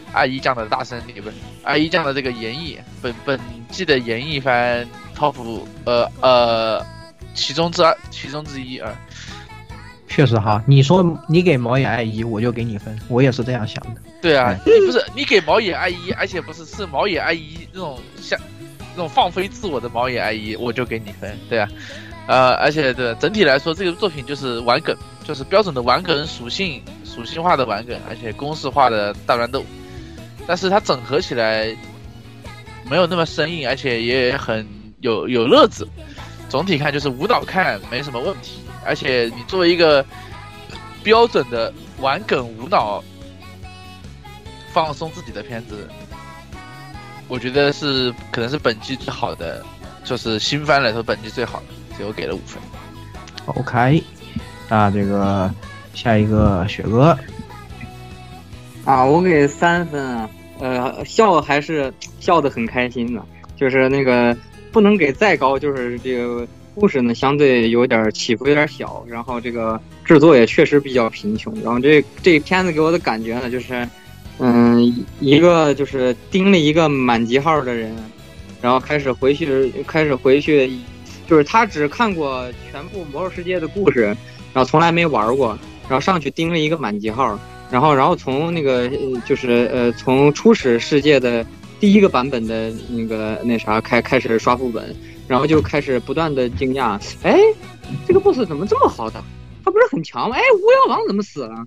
阿姨酱的大胜利，不是阿姨酱的这个演绎，本本季的演绎番 top 呃呃其中之二，其中之一啊。 确实哈，你说你给毛野爱一，我就给你分，我也是这样想的。 对啊，你不是你给毛野爱一，而且不是是毛野爱一那种像那种放飞自我的毛野爱一，我就给你分，对啊。呃，而且对整体来说，这个作品就是玩梗，就是标准的玩梗属性属性化的玩梗，而且公式化的大乱斗。但是它整合起来没有那么生硬，而且也很有有乐子。总体看就是无脑看没什么问题，而且你作为一个标准的玩梗无脑放松自己的片子，我觉得是可能是本季最好的，就是新番来说本季最好的，所以我给了五分。 OK， 那这个下一个雪哥啊，我给三分啊，呃，笑还是笑得很开心的，就是那个不能给再高，就是这个故事呢相对有点起伏有点小，然后这个制作也确实比较贫穷，然后这这片子给我的感觉呢就是，嗯，一个就是盯了一个满级号的人，然后开始回去开始回去，就是他只看过全部魔兽世界的故事，然后从来没玩过，然后上去盯了一个满级号。然后，然后从那个就是呃，从初始世界的第一个版本的那个那啥开开始刷副本，然后就开始不断的惊讶，哎，这个 boss 怎么这么好打？他不是很强吗？哎，无聊王怎么死了？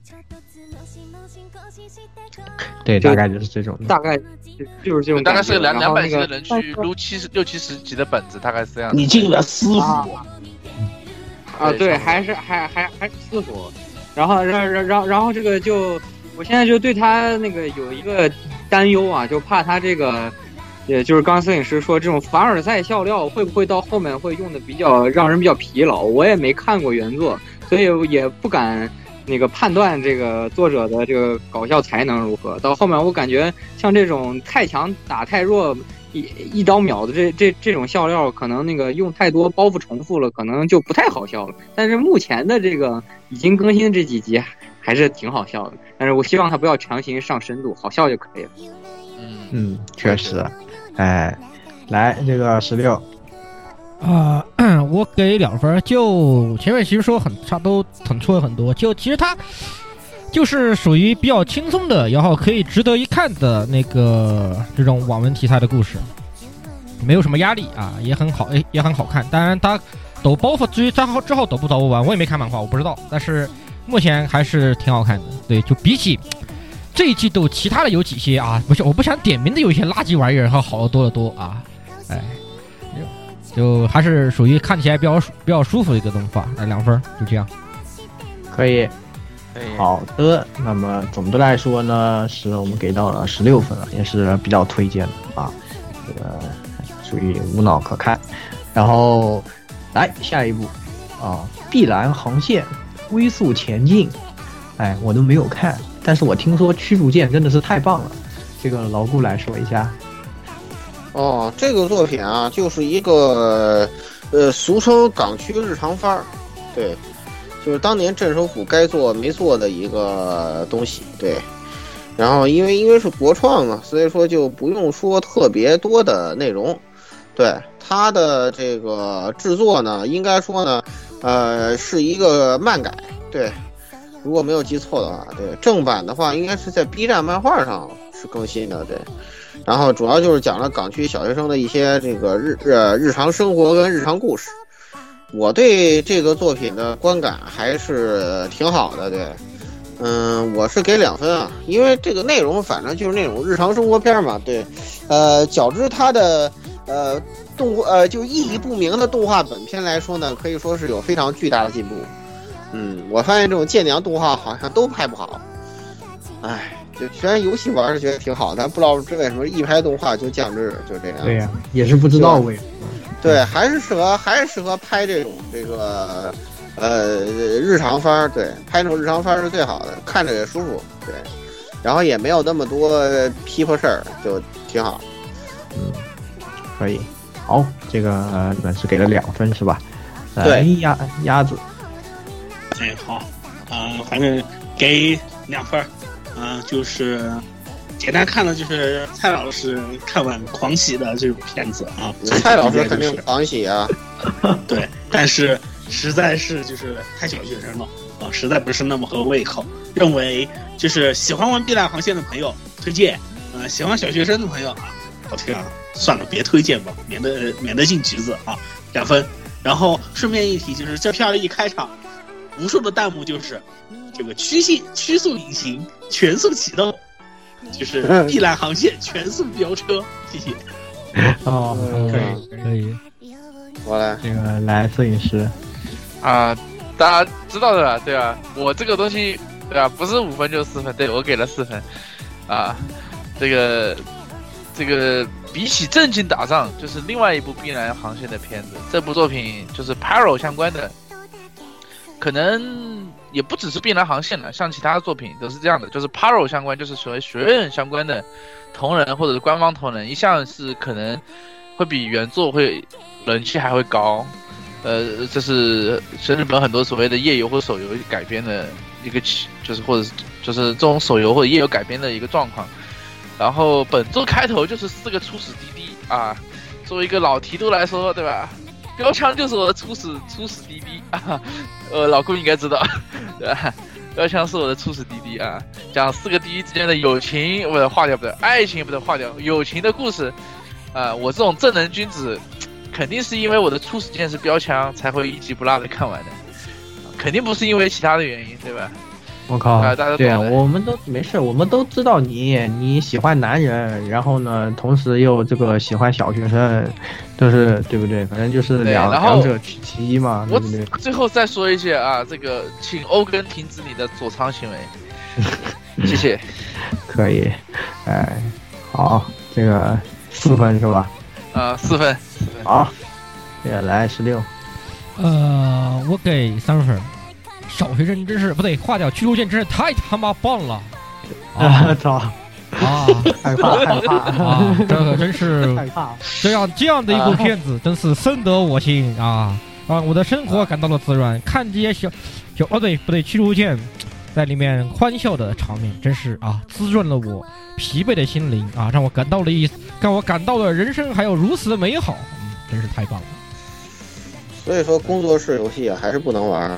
对，大概就是这种， 大概就就是这种， 大概是两两百级的个人去撸七十六七十级的本子，大概是这样。 你进了师傅啊，啊对，还是还还还是师傅。然后，然然然然后这个就，我现在就对他那个有一个担忧啊，就怕他这个，也就是刚刚摄影师说这种凡尔赛笑料会不会到后面会用的比较让人比较疲劳？我也没看过原作，所以也不敢那个判断这个作者的这个搞笑才能如何。到后面我感觉像这种太强打太弱。一一刀秒的这这这种笑料，可能那个用太多包袱重复了，可能就不太好笑了。但是目前的这个已经更新的这几集还是挺好笑的。但是我希望他不要强行上深度，好笑就可以了。 嗯嗯，确实。哎，来这个十六啊、呃，我给两分。就前面其实说很差，都很错了很多。就其实他。就是属于比较轻松的，然后可以值得一看的那个这种网文题材的故事，没有什么压力啊，也很好，也很好看。当然，它抖包袱至于之后之后抖不抖不完，我也没看漫画，我不知道。但是目前还是挺好看的。对，就比起这一季度其他的有几些啊，不是我不想点名的有一些垃圾玩意儿，和好的多得多啊。哎，就还是属于看起来比较比较舒服的一个动画。来两分，就这样， 可以。好的，那么总的来说呢，是我们给到了十六分了，也是比较推荐的啊，这个属于无脑可看。然后来下一步啊，碧蓝航线龟速前进，哎，我都没有看，但是我听说驱逐舰真的是太棒了，这个老顾来说一下。 哦，这个作品啊，就是一个呃，俗称港区日常番儿，对。就是当年镇守府该做没做的一个东西，对。然后因为因为是国创嘛，所以说就不用说特别多的内容。对它的这个制作呢，应该说呢，呃，是一个漫改，对。如果没有记错的话，对，正版的话应该是在 B 站漫画上是更新的，对。然后主要就是讲了港区小学生的一些这个日呃日常生活跟日常故事。我对这个作品的观感还是挺好的，对，嗯，我是给两分啊，因为这个内容反正就是那种日常生活片嘛，对，呃，较之它的呃动呃就意义不明的动画本片来说呢，可以说是有非常巨大的进步。嗯，我发现这种舰娘动画好像都拍不好，哎，就虽然游戏玩是觉得挺好，但不知道这为什么一拍动画就降智，就这样。 对呀、啊，也是不知道为什么。 对，还是适合，还是适合拍这种这个，呃，日常番，对，拍这种日常番是最好的，看着也舒服，对，然后也没有那么多批破事儿，就挺好。 嗯，可以，好，这个呃，是给了两分是吧？ 对， 鸭鸭子， 哎，好，啊、呃，反正给两分，啊、呃，就是简单看的就是蔡老师看完狂喜的这种片子啊。 蔡老师肯定狂喜啊， 对，但是实在是就是太小学生了啊，实在不是那么合胃口。认为就是喜欢玩碧蓝航线的朋友推荐，呃，喜欢小学生的朋友啊，好听啊，算了，别推荐吧，免得免得进局子啊，两分。然后顺便一提，就是这片儿一开场，无数的弹幕就是这个曲线曲速隐形全速启动，就是碧蓝航线全速飙车，谢谢。 哦，可以可以， 我来这个来摄影师啊，大家知道的吧？对吧？我这个东西，对吧？不是五分就是四分，对我给了四分，啊，这个这个比起正经打仗，就是另外一部碧蓝航线的片子。这部作品就是 Pyro 相关的，可能也不只是碧蓝航线了，像其他的作品都是这样的，就是 Pyro 相关，就是所谓学院相关的同人或者是官方同人，一向是可能会比原作会人气还会高。呃，这是是日本很多所谓的页游或手游改编的一个，就是或者就是这种手游或者页游改编的一个状况。然后本作开头就是四个初始滴滴啊，作为一个老提督来说，对吧？标枪就是我的初始初始滴滴啊，呃，老顾应该知道，对吧？标枪是我的初始滴滴啊，讲四个滴滴之间的友情不得划掉，不得爱情不得划掉，友情的故事啊，我这种正能君子。肯定是因为我的初始键是标枪才会一集不落的看完的，肯定不是因为其他的原因，对吧？ 我靠，啊、大家对啊，我们都没事，我们都知道你你喜欢男人，然后呢，同时又这个喜欢小学生，都是对不对？反正就是两两者取其一嘛，对不对？ 最后再说一句啊，这个请欧根停止你的左仓行为，谢谢。 可以，哎，好，这个四分是吧？ 啊，四分。 好，这个来十六。 呃，我给三分。小学生真是不对，划掉驱逐舰真是太他妈棒了！ 啊操！ 啊， 害怕害怕啊！这个真是害怕。 这样这样的一部片子，真是深得我心啊！啊，我的生活感到了滋润。看这些小小哦对不对，驱逐舰在里面欢笑的场面，真是啊，滋润了我疲惫的心灵啊，让我感到了一让我感到了人生还有如此的美好，嗯，真是太棒了。 所以说，工作室游戏啊，还是不能玩。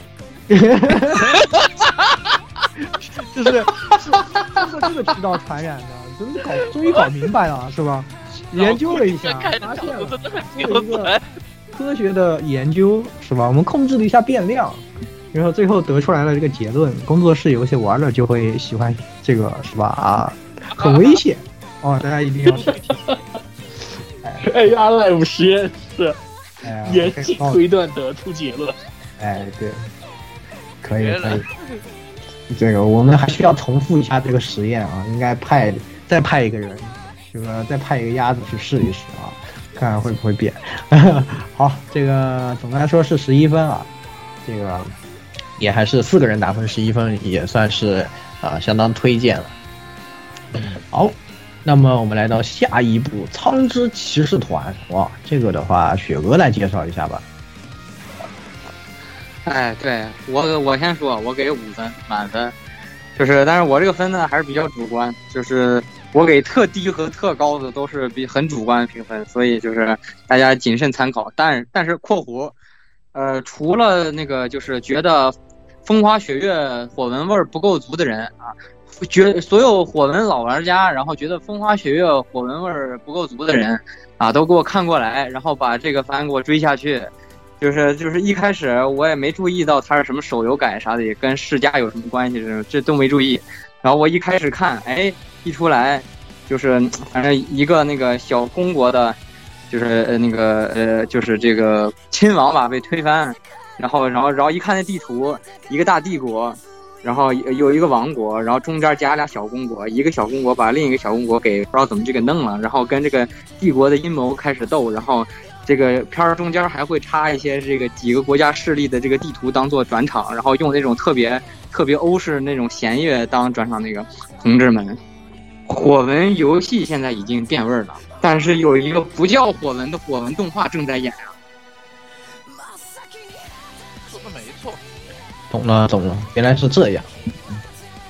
就是是通过这个渠道传染的，终于搞终于搞明白了，是吧？研究了一下，发现了做一个科学的研究，是吧？我们控制了一下变量，然后最后得出来了这个结论：工作室游戏玩了就会喜欢这个，是吧？啊，很危险哦，大家一定要注意。 哎呀 ，Live 实验室严谨推断得出结论。 哎，对。可以可以，这个我们还需要重复一下这个实验啊，应该派再派一个人，这个再派一个鸭子去试一试啊，看看会不会变。好，这个总的来说是十一分啊，这个也还是四个人打分十一分，也算是啊相当推荐了。好，那么我们来到下一部《苍之骑士团》，哇，这个的话雪娥来介绍一下吧。 哎，对我我先说，我给五分满分，就是但是我这个分呢还是比较主观，就是我给特低和特高的都是比很主观的评分，所以就是大家谨慎参考。但但是括弧，呃，除了那个就是觉得风花雪月火纹味儿不够足的人啊，觉所有火纹老玩家，然后觉得风花雪月火纹味儿不够足的人啊，都给我看过来，然后把这个番给我追下去。就是就是一开始我也没注意到它是什么手游改啥的，也跟世嘉有什么关系，这这都没注意。然后我一开始看，哎，一出来就是反正一个那个小公国的，就是呃那个呃就是这个亲王吧被推翻，然后然后然后一看那地图，一个大帝国，然后有一个王国，然后中间加俩小公国，一个小公国把另一个小公国给不知道怎么这个弄了，然后跟这个帝国的阴谋开始斗，然后。这个片儿中间还会插一些这个几个国家势力的这个地图当做转场，然后用那种特别特别欧式那种弦乐当转场。那个同志们，火纹游戏现在已经变味了，但是有一个不叫火纹的火纹动画正在演啊。 说的没错， 懂了懂了，原来是这样。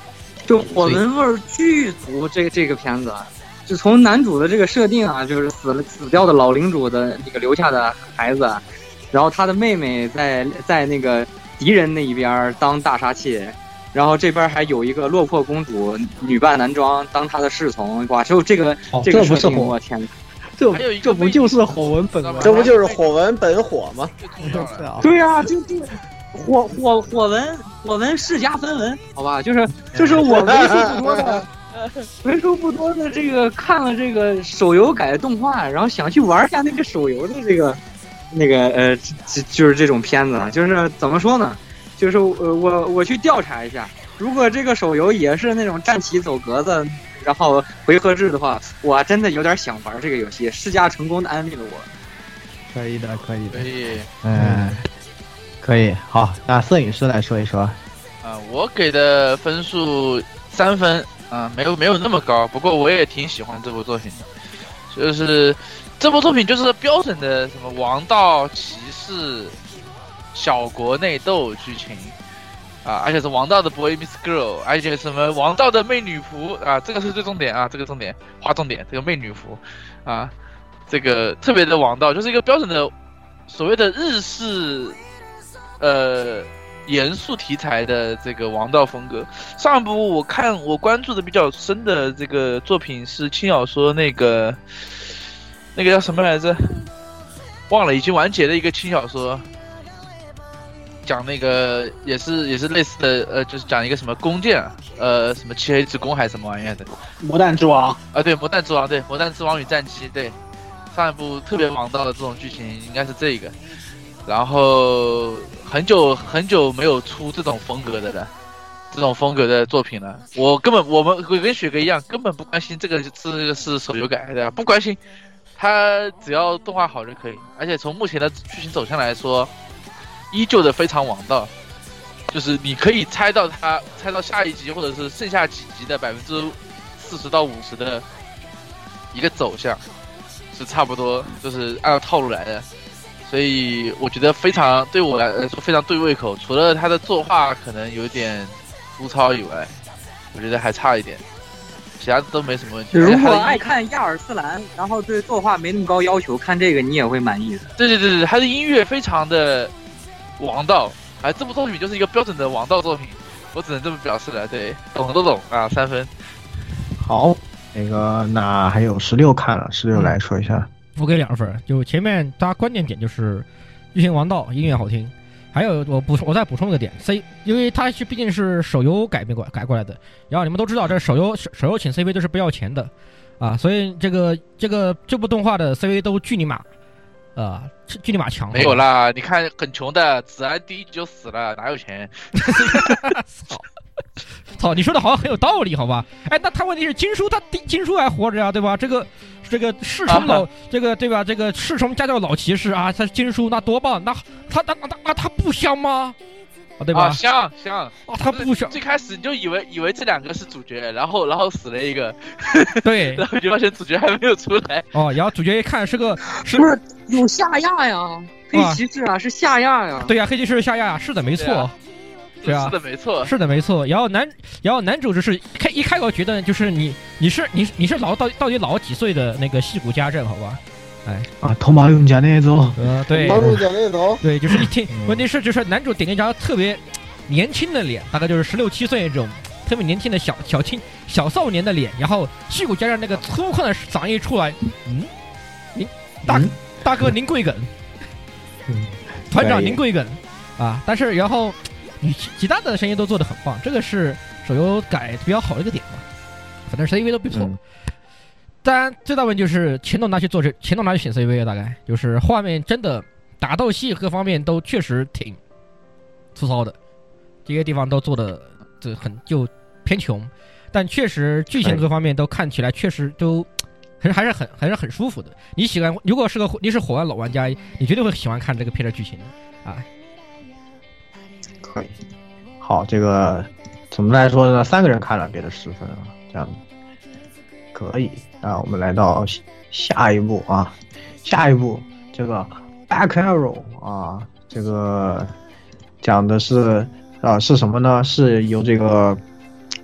就火纹味儿巨足。这个这个片子，就从男主的这个设定啊，就是死了死掉的老领主的那个留下的孩子，然后他的妹妹在在那个敌人那一边当大杀器。然后这边还有一个落魄公主女扮男装当他的侍从，哇！就这个、哦、这个设定，我天哪， 这这不就是火纹本吗？ 这不就是火纹本火吗？ 对呀、啊，就就火火火纹火纹世家分文，好吧，就是就是我为数不多的为数不多的这个看了这个手游改的动画，然后想去玩一下那个手游的这个那个呃，就是这种片子，就是怎么说呢？就是呃，我我去调查一下，如果这个手游也是那种站起走格子，然后回合制的话，我真的有点想玩这个游戏。世嘉成功的安利了我。 可以的，可以的， 可以， 嗯，可以。好，那摄影师来说一说。 啊，我给的分数三分啊，没有没有那么高，不过我也挺喜欢这部作品的。就是这部作品就是标准的什么王道骑士。小国内斗剧情啊，而且是王道的 boy miss girl， 而且什么王道的媚女仆啊，这个是最重点啊，这个重点划重点，这个媚女仆啊，这个特别的王道，就是一个标准的所谓的日式呃严肃题材的这个王道风格。上一部我看我关注的比较深的这个作品是轻小说那个那个叫什么来着，忘了，已经完结的一个轻小说。讲那个也是也是类似的，呃，就是讲一个什么弓箭，呃，什么漆黑之弓还是什么玩意儿的， 魔弹之王啊，对，魔弹之王，对，魔弹之王与战妻，对，上一部特别王道的这种剧情应该是这个，然后很久很久没有出这种风格的了，这种风格的作品了，我根本我们跟雪哥一样，根本不关心这个是这个是手游改的，不关心，它只要动画好就可以，而且从目前的剧情走向来说。依旧的非常王道，就是你可以猜到他猜到下一集或者是剩下几集的百分之四十到五十的一个走向，是差不多就是按照套路来的，所以我觉得非常对我来说非常对胃口。除了他的作画可能有点粗糙以外，我觉得还差一点，其他都没什么问题。 如果爱看亚尔斯兰，然后对作画没那么高要求，看这个你也会满意的。 对对对对，他的音乐非常的。王道，哎，这部作品就是一个标准的王道作品，我只能这么表示了。对，懂都懂啊，三分。 好，那个那还有十六看了，十六来说一下， 我给两分。就前面大家关键点就是剧情王道，音乐好听。还有我补我再补充一个点 ，C， 因为它是毕竟是手游改编过改过来的，然后你们都知道这手游手手游请 C V 都是不要钱的，啊，所以这个这个这部动画的 C V 都巨尼玛。呃，巨尼玛强没有啦！你看很穷的，子安第一集就死了，哪有钱？ 操！操！你说的好像很有道理，好吧？哎，那他问题是金叔他金叔还活着呀，对吧？这个这个侍从老、啊、这个对吧？这个侍从家教老骑士啊，他金叔那多棒！那他那那那他不香吗？啊，对吧？ 啊，香香啊，他不香。 最开始你就以为以为这两个是主角，然后然后死了一个， 对， 然后就发现主角还没有出来。 哦，然后主角一看是个是不是有夏亚呀？黑骑士啊，是夏亚呀。 对呀、啊，黑骑士是夏亚，是的，没错。 对啊，是的，没错， 是的，没错。然后男，然后男主就是开一开口觉得就是你你是你你是老到到底老几岁的那个戏骨家政，好吧？哎啊，头毛用家那种， 呃，对， 头毛用家那种， 对，就是一听，问题是就是男主点了一张特别年轻的脸，大概就是十六七岁那种特别年轻的小小青小少年的脸，然后戏骨加上那个粗犷的嗓音出来，嗯，您大、嗯、大哥您贵庚？嗯，团长您贵庚？啊，但是然后其他的声音都做得很棒，这个是手游改比较好的一个点嘛，反正 C V 都不错。嗯，当然，最大问题就是钱都拿去做这，钱都拿去选 C V 了，大概就是画面真的打斗戏各方面都确实挺粗糙的，这些地方都做的就很就偏穷，但确实剧情各方面都看起来确实都还是还是很还是很舒服的。你喜欢，如果是个你是火玩老玩家，你绝对会喜欢看这个片的剧情的啊。 可以，好，这个怎么来说呢？三个人看了，给了十分啊，这样可以。那我们来到下一步啊，下一步这个 Back Arrow 啊，这个讲的是啊是什么呢？是由这个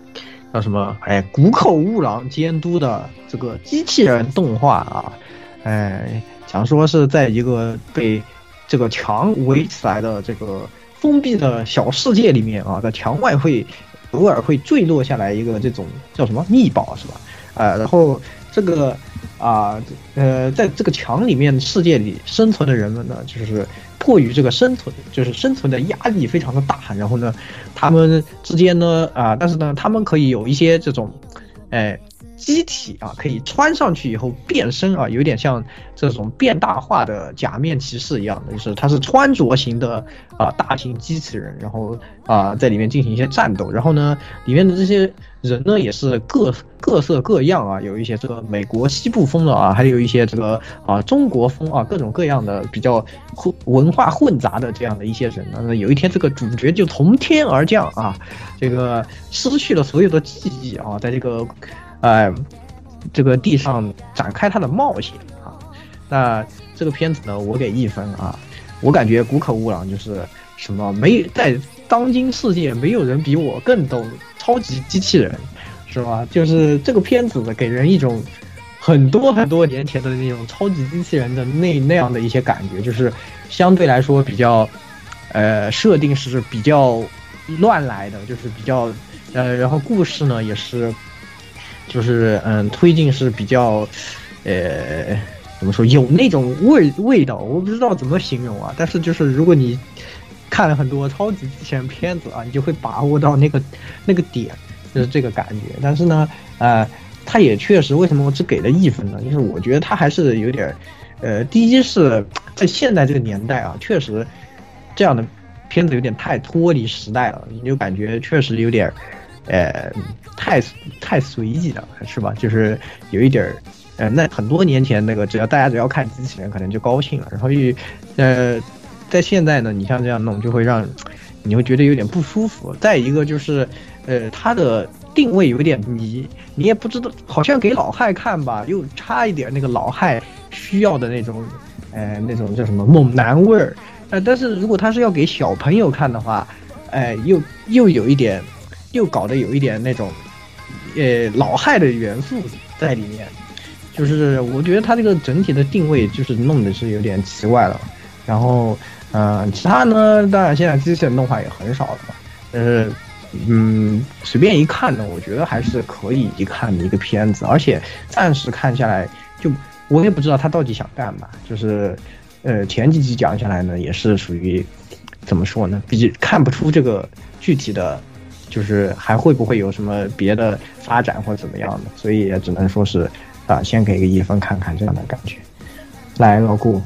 叫什么？哎，谷口悟郎监督的这个机器人动画啊，哎，讲说是在一个被这个墙围起来的这个封闭的小世界里面啊，在墙外会偶尔会坠落下来一个这种叫什么密宝是吧？呃，然后这个啊呃，在这个墙里面世界里生存的人们呢，就是迫于这个生存，就是生存的压力非常的大，然后呢，他们之间呢啊，但是呢，他们可以有一些这种，哎。机体啊，可以穿上去以后变身啊，有点像这种变大化的假面骑士一样的，就是它是穿着型的啊大型机器人，然后啊在里面进行一些战斗，然后呢里面的这些人呢也是各各色各样啊，有一些这个美国西部风的啊，还有一些这个啊中国风啊，各种各样的比较混文化混杂的这样的一些人呢。那有一天这个主角就从天而降啊，这个失去了所有的记忆啊，在这个。呃，这个地上展开他的冒险啊。那这个片子呢，我给一分啊。我感觉谷口悟郎就是什么没在当今世界没有人比我更懂超级机器人，是吧？就是这个片子给人一种很多很多年前的那种超级机器人的那那样的一些感觉，就是相对来说比较，呃，设定是比较乱来的，就是比较呃，然后故事呢也是。就是嗯，推进是比较，呃，怎么说有那种味味道，我不知道怎么形容啊。但是就是如果你看了很多超级机器人片子啊，你就会把握到那个那个点，就是这个感觉。但是呢，呃，它也确实为什么我只给了一分呢？就是我觉得它还是有点，呃，第一是在现在这个年代啊，确实这样的片子有点太脱离时代了，你就感觉确实有点。呃，太太随意了，是吧？就是有一点儿，呃，那很多年前那个，只要大家只要看机器人，可能就高兴了。然后又，呃，在现在呢，你像这样弄，就会让你会觉得有点不舒服。再一个就是，呃，它的定位有点迷，你也不知道，好像给老害看吧，又差一点那个老害需要的那种，呃，那种叫什么猛男味儿。呃，但是如果他是要给小朋友看的话，哎、呃，又又有一点。又搞得有一点那种，呃，老害的元素在里面，就是我觉得它这个整体的定位就是弄的是有点奇怪了。然后，呃，其他呢，当然现在机器人动画也很少了，但是，嗯，随便一看呢，我觉得还是可以一看的一个片子，而且暂时看下来，就我也不知道他到底想干嘛，就是，呃，前几集讲下来呢，也是属于怎么说呢，比看不出这个具体的。就是还会不会有什么别的发展或怎么样的，所以也只能说是，啊，先给个一分看看这样的感觉。来，老顾，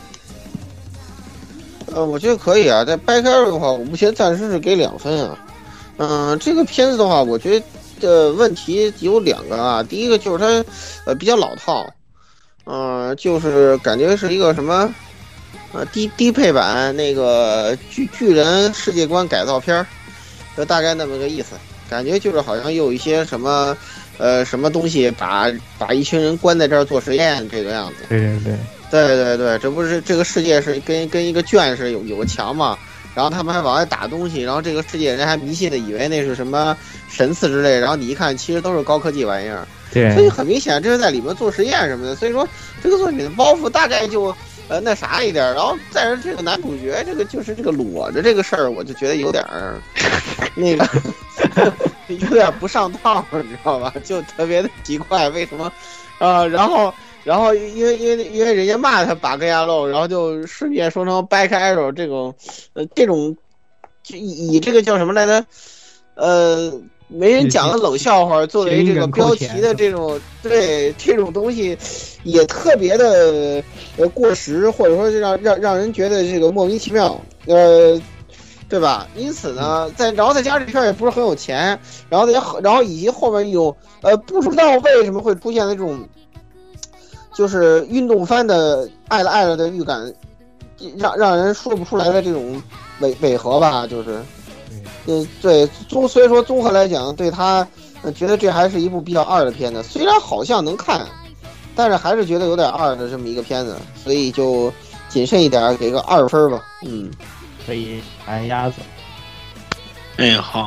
呃，我觉得可以啊，在掰开的话，我目前暂时是给两分啊。嗯、呃，这个片子的话，我觉得的问题有两个啊，第一个就是它，呃，比较老套，嗯、呃，就是感觉是一个什么，呃，低低配版那个巨巨人世界观改造片儿。就大概那么个意思，感觉就是好像又有一些什么，呃，什么东西把把一群人关在这儿做实验这个样子。 对对对， 对对对，这不是这个世界是跟跟一个圈是有有个墙嘛，然后他们还往外打东西，然后这个世界人还迷信的以为那是什么神赐之类，然后你一看其实都是高科技玩意儿。 对， 所以很明显这是在里面做实验什么的，所以说这个作品的包袱大概就。呃，那啥一点，然后再是这个男主角，这个就是这个裸着这个事儿，我就觉得有点儿那个有点不上套，你知道吧？就特别的奇怪，为什么？啊、呃，然后然后因为因为因为人家骂他把个牙漏，然后就顺便说成 back arrow 这种，呃，这种就以以这个叫什么来着？呃。没人讲的冷笑话作为这个标题的这种，对这种东西也特别的呃过时，或者说是让让让人觉得这个莫名其妙，呃，对吧？因此呢，在然后再加上这片也不是很有钱，然后再然后以及后面有呃不知道为什么会出现的这种，就是运动番的爱了爱了的预感，让让人说不出来的这种违违和吧，就是。嗯，对，综所以说综合来讲，对他、呃、觉得这还是一部比较二的片子，虽然好像能看，但是还是觉得有点二的这么一个片子，所以就谨慎一点，给个二分吧。嗯， 可以按鸭子。 哎，好，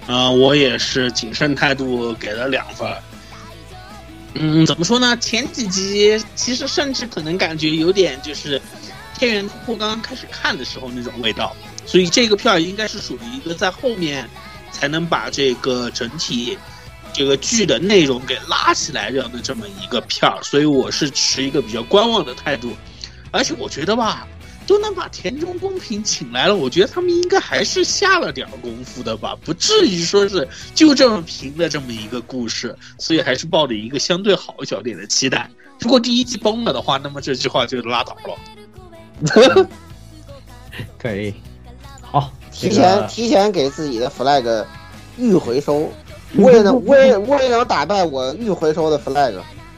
呃，我也是谨慎态度给了两分。嗯，怎么说呢？前几集其实甚至可能感觉有点就是天元突破刚刚开始看的时候那种味道，所以这个片儿应该是属于一个在后面才能把这个整体这个剧的内容给拉起来这样的这么一个片儿，所以我是持一个比较观望的态度。而且我觉得吧，都能把田中公平请来了，我觉得他们应该还是下了点功夫的吧，不至于说是就这么平的这么一个故事，所以还是抱着一个相对好一小点的期待。如果第一季崩了的话，那么这句话就拉倒了。 可以，好， 提前、这个、提前给自己的 flag 预回收，我也能我也我也能打败我预回收的 flag。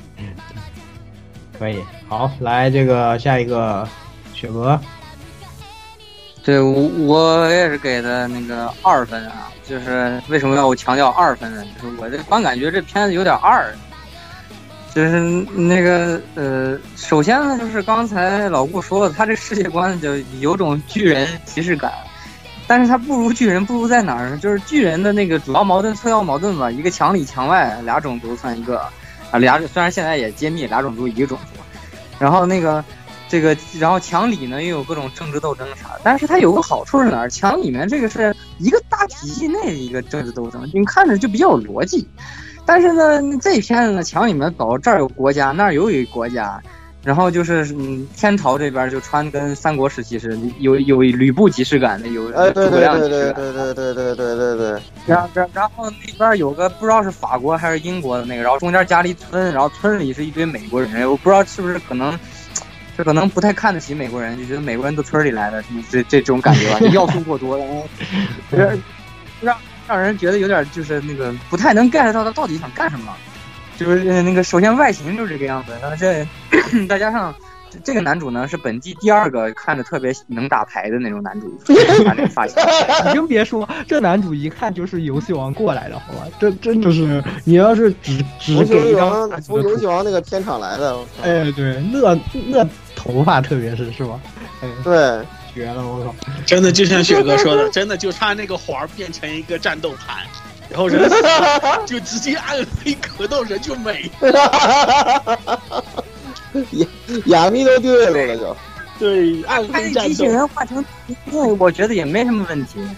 可以，好，来这个下一个雪哥。 对，我我也是给的那个二分啊，就是为什么要我强调二分呢？就是我这观感觉这片子有点二，就是那个呃，首先呢，就是刚才老顾说的，他这世界观就有种巨人即视感，但是他不如巨人，不如在哪儿？就是巨人的那个主要矛盾、次要矛盾吧，一个墙里墙外，俩种族算一个啊，俩虽然现在也揭秘俩种族一个种族，然后那个。这个，然后墙里呢又有各种政治斗争啥，但是它有个好处是哪儿？墙里面这个是一个大体系内的一个政治斗争，你看着就比较有逻辑。但是呢，这一片子呢，墙里面搞这儿有国家，那儿有一个国家，然后就是嗯，天朝这边就穿跟三国时期是有有吕布即视感的，有诸葛亮即视感。 对对对对对对对对对。 然后然后那边有个不知道是法国还是英国的那个，然后中间加了一村，然后村里是一堆美国人，我不知道是不是可能。就可能不太看得起美国人，就觉得美国人都村里来的，这这种感觉吧，要素过多，然后让让人觉得有点就是那个不太能 get 到他到底想干什么。就是那个首先外形就是这个样子，然后这再加上这个男主呢是本季第二个看着特别能打牌的那种男主，他那个发型， 你真别说，这男主一看就是游戏王过来的，好吧？这真就是你要是只只给一张从游戏王那个片场来的， 哎，对，那那头发特别是是吧？哎， 对， 绝了，我靠！ 真的就像雪哥说的，真的就差那个环变成一个战斗盘，然后人就直接暗黑格斗，人就没。 哑咪都对了就， 对，暗黑战斗。 机器人换成我觉得也没什么问题。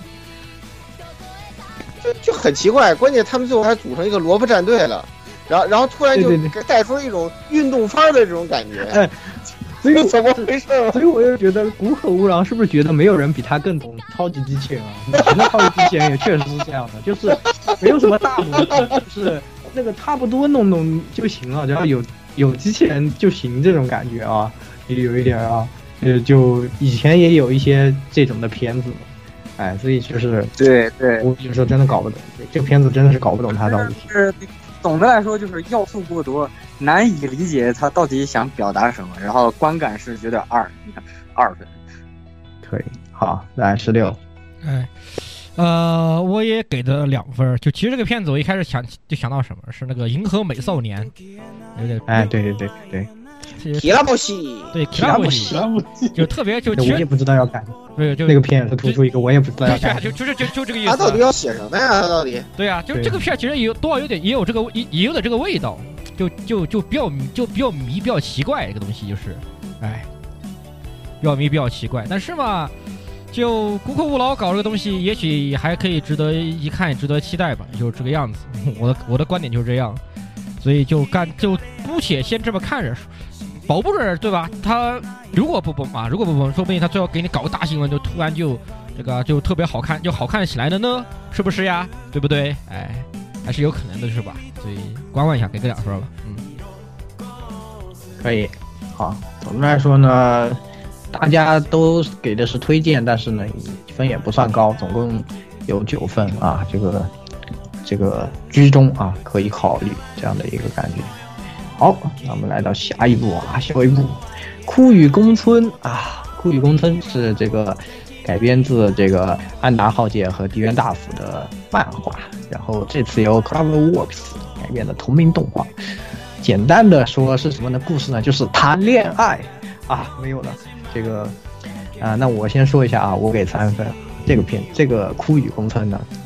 就就很奇怪，关键他们最后还组成一个萝卜战队了，然后然后突然就带出了一种运动番的这种感觉。 哎，所以怎么回事？ 所以我就觉得谷口吾郎是不是觉得没有人比他更懂超级机器人啊？以前的超级机器人也确实是这样的，就是没有什么大魔力，就是那个差不多弄弄就行了，只要有。有机器人就行这种感觉啊，也有一点啊，呃，就以前也有一些这种的片子，哎，所以就是对对， 我有时候真的搞不懂，这个片子真的是搞不懂它到底是。总的来说就是要素过多，难以理解他到底想表达什么，然后观感是有点二，你看二分， 可以，好，来十六， 哎。呃，我也给的两分。就其实这个片子，我一开始想就想到什么是那个《银河美少年》，有点哎，对对对对对，提拉布西， 对提拉布西，就特别就我也不知道要干， 对，就那个片子突出一个，我也不知道要干， 就就是就就这个意思。 他到底要写什么呀？他到底？ 对啊，就这个片其实也有多少有点也有这个也也有点这个味道，就就就比较就比较迷，比较奇怪这个东西，就是，哎，比较迷，比较奇怪，但是嘛。就谷口吾郎搞这个东西，也许还可以值得一看，也值得期待吧，就是这个样子。我的我的观点就是这样，所以就干就姑且先这么看着，保不准对吧？他如果不崩啊，如果不崩，说不定他最后给你搞个大新闻，就突然就这个就特别好看，就好看起来了呢，是不是呀？对不对？哎，还是有可能的，是吧？所以观望一下，给个两分吧。嗯， 可以。好，总的来说呢。大家都给的是推荐，但是呢分也不算高，总共有九分啊，这个这个居中啊，可以考虑这样的一个感觉。好，那我们来到下一步啊，下一步枯雨宫村啊，枯雨宫村是这个改编自这个安达浩介和迪原大辅的漫画，然后这次由 Cloverworks 改编的同名动画。简单的说是什么呢？故事呢就是谈恋爱啊，没有了。这个啊、呃，那我先说一下啊，我给三分。这个片，这个枯雨宫村呢，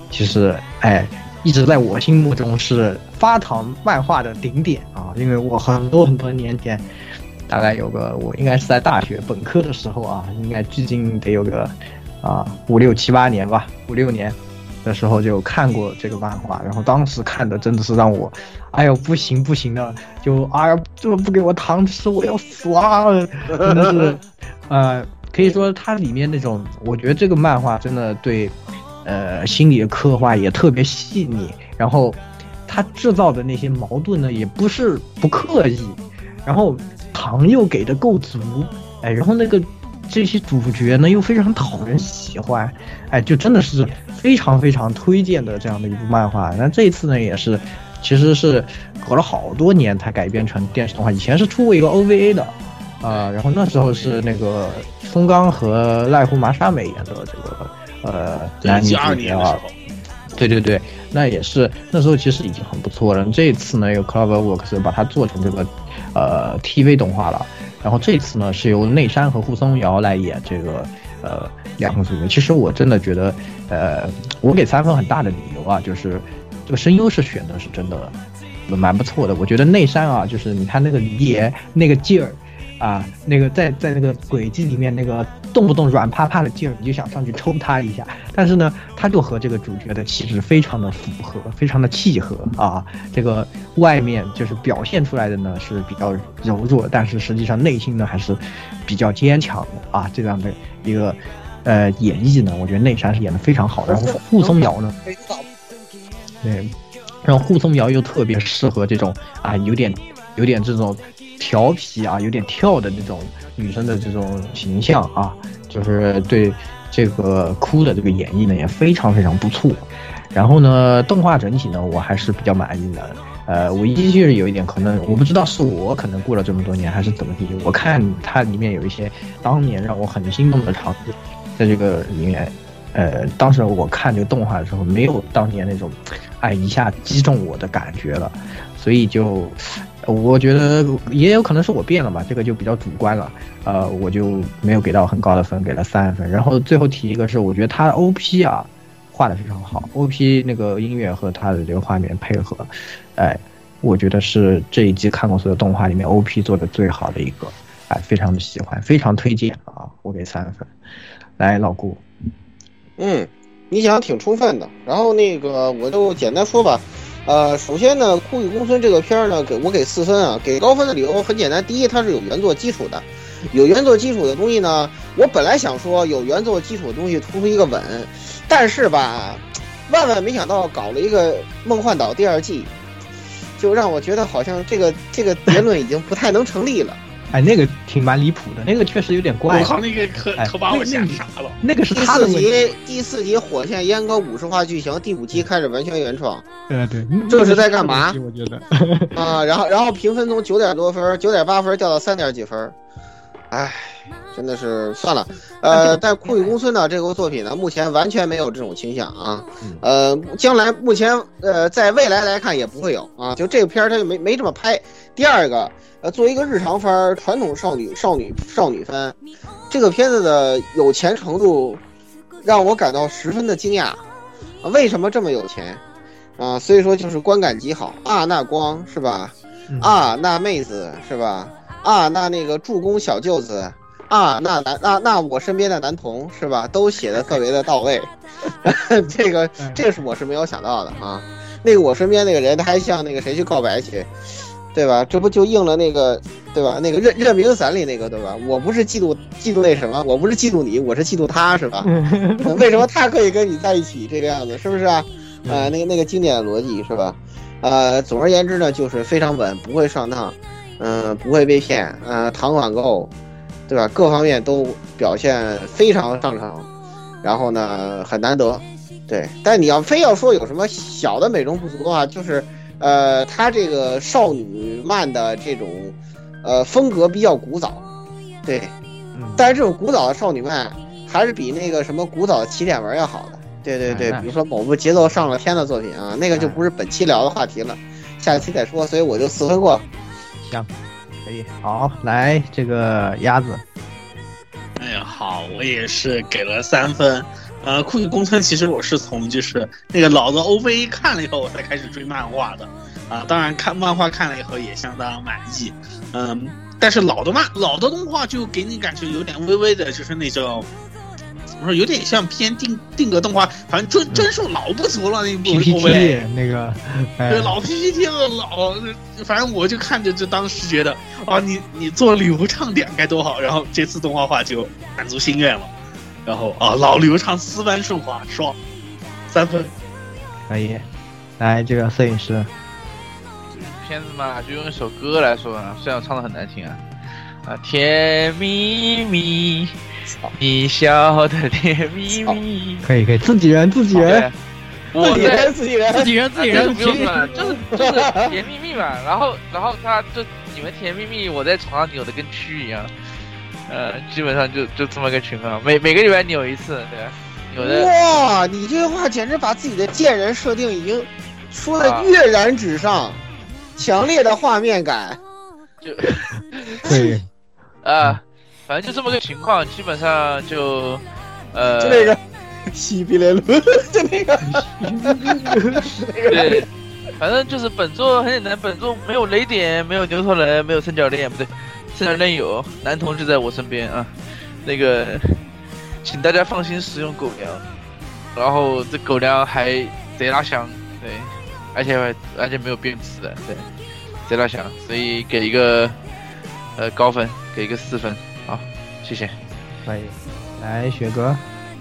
其实哎，一直在我心目中是发糖漫画的顶点啊，因为我很多很多年前。大概有个，我应该是在大学本科的时候啊，应该距今得有个啊五六七八年吧，五六年的时候就看过这个漫画，然后当时看的真的是让我，哎呦不行不行的，就哎呀这不给我糖吃我要死啊，真的是，呃可以说它里面那种，我觉得这个漫画真的对，呃心理的刻画也特别细腻，然后它制造的那些矛盾呢也不是不刻意，然后。糖又给的够足，哎，然后那个这些主角呢又非常讨人喜欢，哎，就真的是非常非常推荐的这样的一部漫画。那这一次呢也是，其实是隔了好多年才改编成电视动画，以前是出过一个 O V A 的，啊、呃，然后那时候是那个松冈和濑户麻沙美演的这个呃男女主角啊。对对对，那也是那时候其实已经很不错了。这一次呢，有 CloverWorks 把它做成这个呃 T V 动画了。然后这次呢是由内山和户松遥来演这个呃两个主角。其实我真的觉得，呃，我给三分很大的理由啊，就是这个声优是选的是真的蛮不错的。我觉得内山啊，就是你看那个爷那个劲儿。啊，那个在在那个轨迹里面，那个动不动软趴趴的劲儿，你就想上去抽他一下。但是呢，他就和这个主角的气质非常的符合，非常的契合啊。这个外面就是表现出来的呢是比较柔弱，但是实际上内心呢还是比较坚强的啊。这样的一个呃演绎呢，我觉得内山是演得非常好的。然后户松遥呢，对，然后户松遥又特别适合这种啊，有点有点这种。调皮啊，有点跳的那种女生的这种形象啊，就是对这个哭的这个演绎呢也非常非常不错。然后呢，动画整体呢我还是比较满意的。呃，唯一就是有一点可能，我不知道是我可能过了这么多年还是怎么地，我看它里面有一些当年让我很心动的场景，在这个里面，呃，当时我看这个动画的时候，没有当年那种，哎，一下击中我的感觉了，所以就。我觉得也有可能是我变了吧，这个就比较主观了，呃，我就没有给到很高的分，给了三分。然后最后提一个是，我觉得他的 O P 啊画的非常好 ，O P 那个音乐和他的这个画面配合，哎，我觉得是这一季看过所有动画里面 O P 做的最好的一个，哎，非常的喜欢，非常推荐啊，我给三分。来，老顾， 嗯，你讲挺充分的，然后那个我就简单说吧。呃，首先呢，酷雨公孙这个片儿呢，给我给四分啊。给高分的理由很简单，第一，它是有原作基础的，有原作基础的东西呢，我本来想说有原作基础的东西突出一个稳，但是吧，万万没想到搞了一个《梦幻岛》第二季，就让我觉得好像这个这个结论已经不太能成立了。 哎，那个挺蛮离谱的，那个确实有点怪。 我靠，那个可可把我吓傻了。 那个是第四集，第四集火线阉割武士化剧情，第五集开始完全原创。 对对， 这是在干嘛？ 我觉得啊，然后然后评分从九点多分，九点八分掉到三点几分，哎，真的是算了。呃，但酷雨公孙呢这个作品呢，目前完全没有这种倾向啊。呃，将来目前呃在未来来看也不会有啊。就这个片儿它就没没这么拍。第二个。呃，作为一个日常番、传统少女、少女、少女番，这个片子的有钱程度让我感到十分的惊讶。啊，为什么这么有钱？啊，所以说就是观感极好啊，那光是吧？啊，那妹子是吧？啊，那那个助攻小舅子啊，那男那那我身边的男童是吧？都写的特别的到位。这个这个是我是没有想到的啊。那个我身边那个人他还向那个谁去告白去。对吧？这不就应了那个，对吧？那个任任明散里那个，对吧？我不是嫉妒嫉妒那什么，我不是嫉妒你，我是嫉妒他，是吧？为什么他可以跟你在一起这个样子，是不是啊？呃，那个那个经典的逻辑是吧？呃，总而言之呢，就是非常稳，不会上当，嗯、呃，不会被骗，呃，糖管够，对吧？各方面都表现非常上乘，然后呢，很难得，对。但你要非要说有什么小的美中不足的话，就是。呃，他这个少女漫的这种，呃，风格比较古早，对，但是这种古早的少女漫还是比那个什么古早的起点文要好的，对对对，比如说某部节奏上了天的作品啊，那个就不是本期聊的话题了，下期再说，所以我就四分过。 行，可以，好，来这个鸭子。 哎呀，好，我也是给了三分。 呃，酷宇宫村其实我是从就是那个老的 O V A 看了以后，我才开始追漫画的啊。当然看漫画看了以后也相当满意，嗯，但是老的漫老的动画就给你感觉有点微微的，就是那种怎么说，有点像偏定定格动画，反正帧帧数老不足了那部 O V A 那个，哎、 对老 P P T 了老，反正我就看着就当时觉得啊，你你做流畅点该多好，然后这次动画化就满足心愿了。然后啊，老流畅丝般顺滑，爽，三分， 可以。来，这个摄影师， 片子嘛，就用一首歌来说啊，虽然我唱的很难听啊，啊，甜蜜蜜，你笑的甜蜜蜜， 可以可以，自己人自己人， 我自己人自己人自己人自己人， 不用说了，就是就是甜蜜蜜嘛，然后然后他就你们甜蜜蜜，我在床上扭的跟蛆一样。呃，基本上就就这么个情况，每每个礼拜扭一次，对吧？有的哇，你这句话简直把自己的贱人设定已经说的跃然纸上，啊、强烈的画面感。 就对啊，反正就这么个情况，基本上就呃， 就那个西比雷伦，就那个对，反正就是本作很简单，本作没有雷点，没有牛头人，没有三角恋，不对。现在人有男同志在我身边啊，那个，请大家放心食用狗粮，然后这狗粮还贼拉香，对，而且而且没有变质的，对，贼拉香，所以给一个呃高分，给一个四分，好，谢谢。 可以，来雪哥。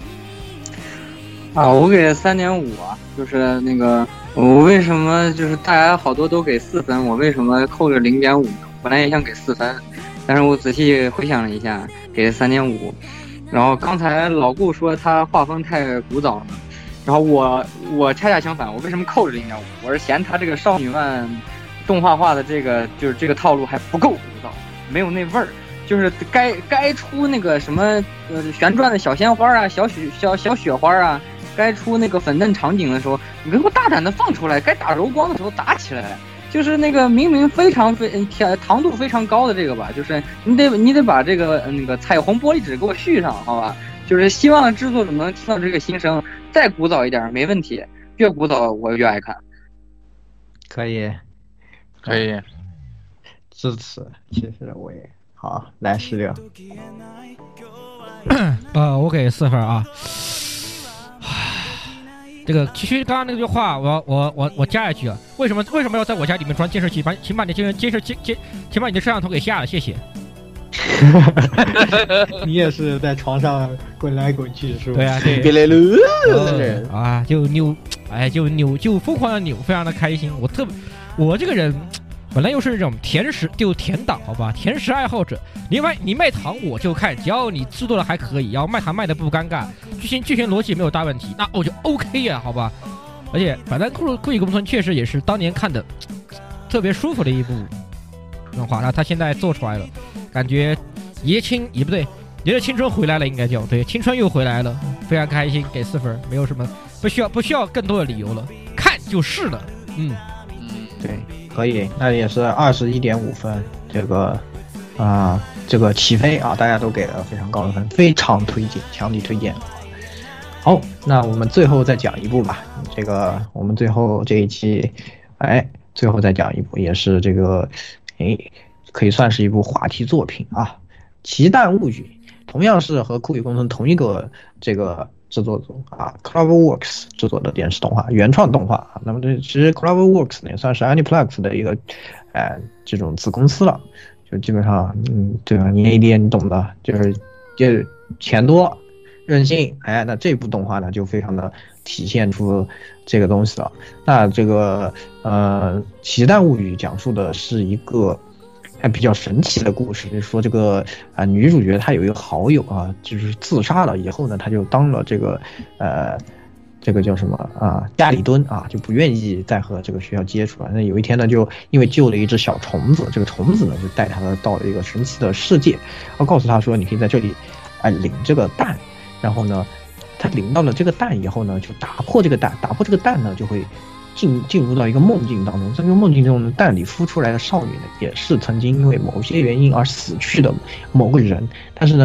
啊，我给三点五啊，就是那个我为什么就是大家好多都给四分，我为什么扣了零点五呢？本来也想给四分。但是我仔细回想了一下，给了三点五。然后刚才老顾说他画风太古早了，然后我我恰恰相反，我为什么扣了零点五？我是嫌他这个少女漫动画化的这个就是这个套路还不够古早，没有那味儿。就是该该出那个什么呃旋转的小鲜花啊，小雪小小雪花啊，该出那个粉嫩场景的时候，你给我大胆的放出来；该打柔光的时候打起来。就是那个明明非常非糖度非常高的这个吧，就是你得你得把这个那个彩虹玻璃纸给我续上，好吧？就是希望制作者能听到这个心声，再古早一点没问题，越古早我越爱看。 可以， 可以， 支持，其实我也好。来十六， 呃，我给四分啊。这个其实刚刚那句话，我我我我加一句啊，为什么为什么要在我家里面装监视器？把请把你监监视监监，请把你的摄像头给下了，谢谢。 你也是在床上滚来滚去是吧？ 对啊，对。 别来了， 呃、啊，就扭，哎，就扭，就疯狂的扭，非常的开心。我特别，我这个人本来又是这种甜食，就甜党，好吧，甜食爱好者。你卖你卖糖我就看，只要你制作的还可以，然后卖糖卖的不尴尬，剧情剧情逻辑没有大问题，那我就 OK 呀、啊，好吧。而且反正酷酷宇宫村确实也是当年看的特别舒服的一部漫画，那他现在做出来了，感觉爷青也不对，爷的青春回来了，应该叫对，青春又回来了，非常开心，给四分，没有什么不需要不需要更多的理由了，看就是了，嗯嗯， 对，可以，那也是二十一点五分，这个啊、呃、这个起飞啊，大家都给了非常高的分，非常推荐，强力推荐。好，那我们最后再讲一部吧。这个我们最后这一期，哎，最后再讲一部，也是这个，哎，可以算是一部话题作品啊，《奇蛋物语》，同样是和酷宇宫村同一个这个制作组啊 ，Cloverworks 制作的电视动画，原创动画啊。那么这其实 Cloverworks 呢，也算是 Aniplex 的一个，哎，这种子公司了，就基本上，嗯，对吧？你 A D 你懂的，就是就是钱多。任性，哎，那这部动画呢就非常的体现出这个东西了。那这个呃《奇蛋物语》讲述的是一个还比较神奇的故事，就是说这个啊、呃、女主角她有一个好友啊，就是自杀了以后呢，她就当了这个呃这个叫什么啊家里蹲啊，就不愿意再和这个学校接触了。那有一天呢，就因为救了一只小虫子，这个虫子呢就带她到了一个神奇的世界，然后告诉她说你可以在这里哎、呃、领这个蛋。然后呢，他领到了这个蛋以后呢，就打破这个蛋，打破这个蛋呢，就会进进入到一个梦境当中。这个梦境中呢，蛋里孵出来的少女呢，也是曾经因为某些原因而死去的某个人。但是呢，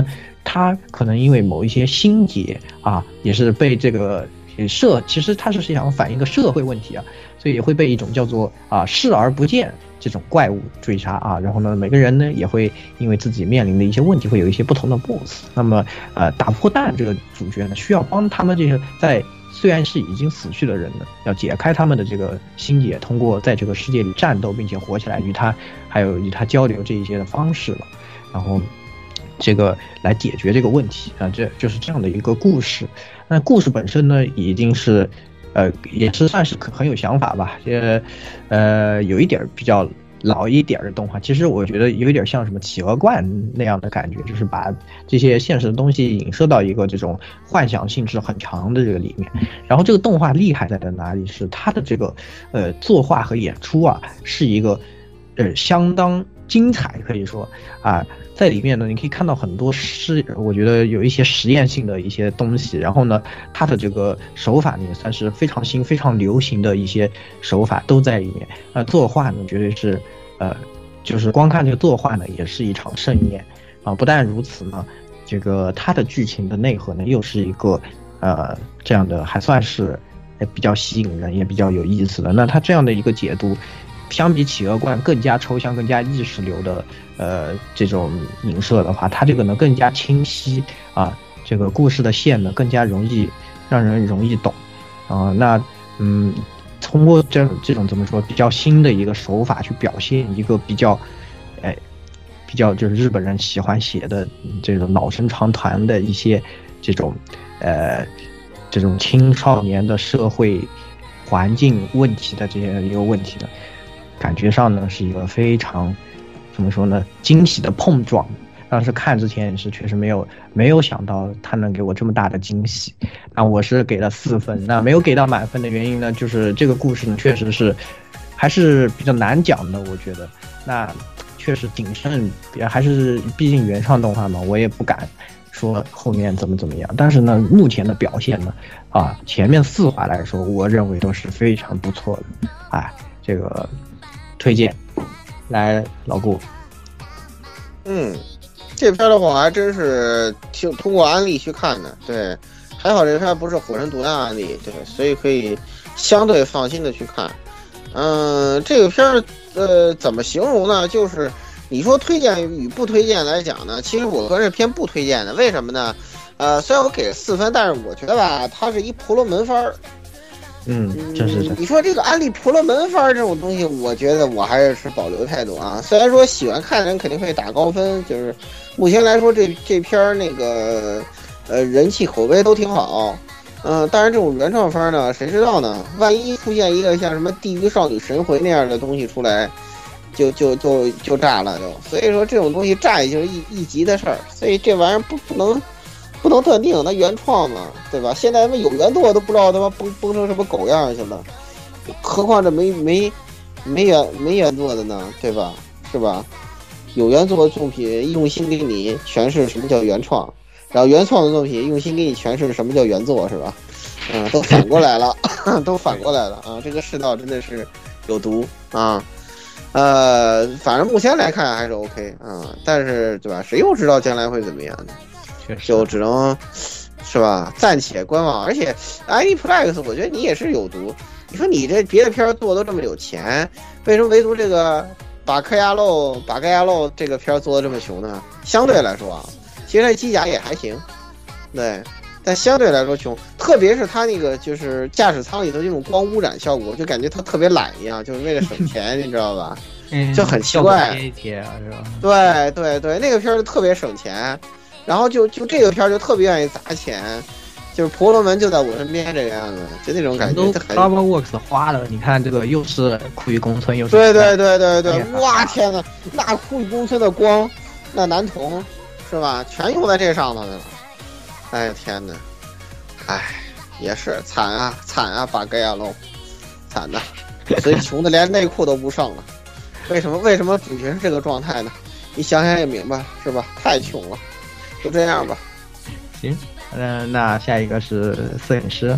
他可能因为某一些心结啊，也是被这个社，其实他是想反映一个社会问题啊，所以也会被一种叫做啊视而不见这种怪物追杀啊。然后呢，每个人呢也会因为自己面临的一些问题，会有一些不同的 B O S S。那么呃，打破蛋这个主角呢，需要帮他们这些在虽然是已经死去的人呢，要解开他们的这个心结，通过在这个世界里战斗并且活起来，与他还有与他交流这一些的方式了，然后这个来解决这个问题啊，这就是这样的一个故事。那故事本身呢，已经是呃也是算是很有想法吧，呃呃有一点比较老一点的动画，其实我觉得有一点像什么企鹅罐那样的感觉，就是把这些现实的东西影射到一个这种幻想性质很强的这个里面。然后这个动画厉害在哪里？是它的这个呃作画和演出啊，是一个呃相当精彩，可以说啊，在里面呢，你可以看到很多实，我觉得有一些实验性的一些东西。然后呢，它的这个手法呢，也算是非常新、非常流行的一些手法都在里面。呃，作画呢，绝对是，呃，就是光看这个作画呢，也是一场盛宴啊。不但如此呢，这个它的剧情的内核呢，又是一个呃这样的，还算是比较吸引人，也比较有意思的。那它这样的一个解读，相比企鹅罐更加抽象、更加意识流的呃这种影射的话，它这个呢更加清晰啊，这个故事的线呢更加容易让人容易懂啊。那嗯，通过这这种怎么说比较新的一个手法去表现一个比较，哎，比较就是日本人喜欢写的这种老生常谈的一些这种呃这种青少年的社会环境问题的这些一个问题的。感觉上呢是一个非常怎么说呢惊喜的碰撞，当时看之前也是确实没有没有想到他能给我这么大的惊喜。那我是给了四分，那没有给到满分的原因呢，就是这个故事呢确实是还是比较难讲的，我觉得那确实谨慎，还是毕竟原创动画嘛，我也不敢说后面怎么怎么样。但是呢，目前的表现呢，啊，前面四话来说，我认为都是非常不错的，哎，这个。推荐，来老顾。 嗯，这片的话我还真是听通过安利去看的，对，还好这片不是火神毒弹安利，对，所以可以相对放心的去看。嗯，这个片呃怎么形容呢？就是你说推荐与不推荐来讲呢，其实我个人偏不推荐的，为什么呢？呃，虽然我给了四分，但是我觉得吧，它是一婆罗门番儿。 嗯，这是你说这个安利婆罗门番这种东西，我觉得我还是持保留态度啊。虽然说喜欢看的人肯定会打高分，就是目前来说这这片那个呃人气口碑都挺好，嗯、呃，当然这种原创番呢，谁知道呢？万一出现一个像什么地狱少女神回那样的东西出来，就就就就炸了就。所以说这种东西炸也就是一一集的事儿，所以这玩意儿不不能。不能特定，那原创嘛，对吧？现在他妈有原作都不知道他妈崩崩成什么狗样去了，何况这没没没原没原作的呢，对吧？是吧？有原作的作品用心给你诠释什么叫原创，然后原创的作品用心给你诠释什么叫原作，是吧？嗯，都反过来了，都反过来了啊！这个世道真的是有毒啊！呃，反正目前来看还是 OK 啊，但是对吧？谁又知道将来会怎么样呢？就只能是吧，暂且观望。而且 Aniplex 我觉得你也是有毒，你说你这别的片做都这么有钱，为什么唯独这个把克亚漏把克亚漏这个片做的这么穷呢？相对来说啊，其实它机甲也还行，对，但相对来说穷，特别是它那个就是驾驶舱里头这种光污染效果，就感觉它特别懒一样，就是为了省钱，你知道吧？就很奇怪，对对对，那个片就特别省钱。然后就就这个片就特别愿意砸钱，就是婆罗门就在我身边这个样子，就那种感觉。 都 CloverWorks 花了，你看这个又是库伊宫村，又是对对对对对，哎、哇天哪，那库伊宫村的光，那男童是吧，全用在这上头去了。哎呀天哪，哎也是惨啊惨啊，把盖亚喽，惨的，所以穷的连内裤都不剩了。为什么为什么主角是这个状态呢？你想想也明白是吧？太穷了。就这样吧， 行，嗯，那下一个是摄影师，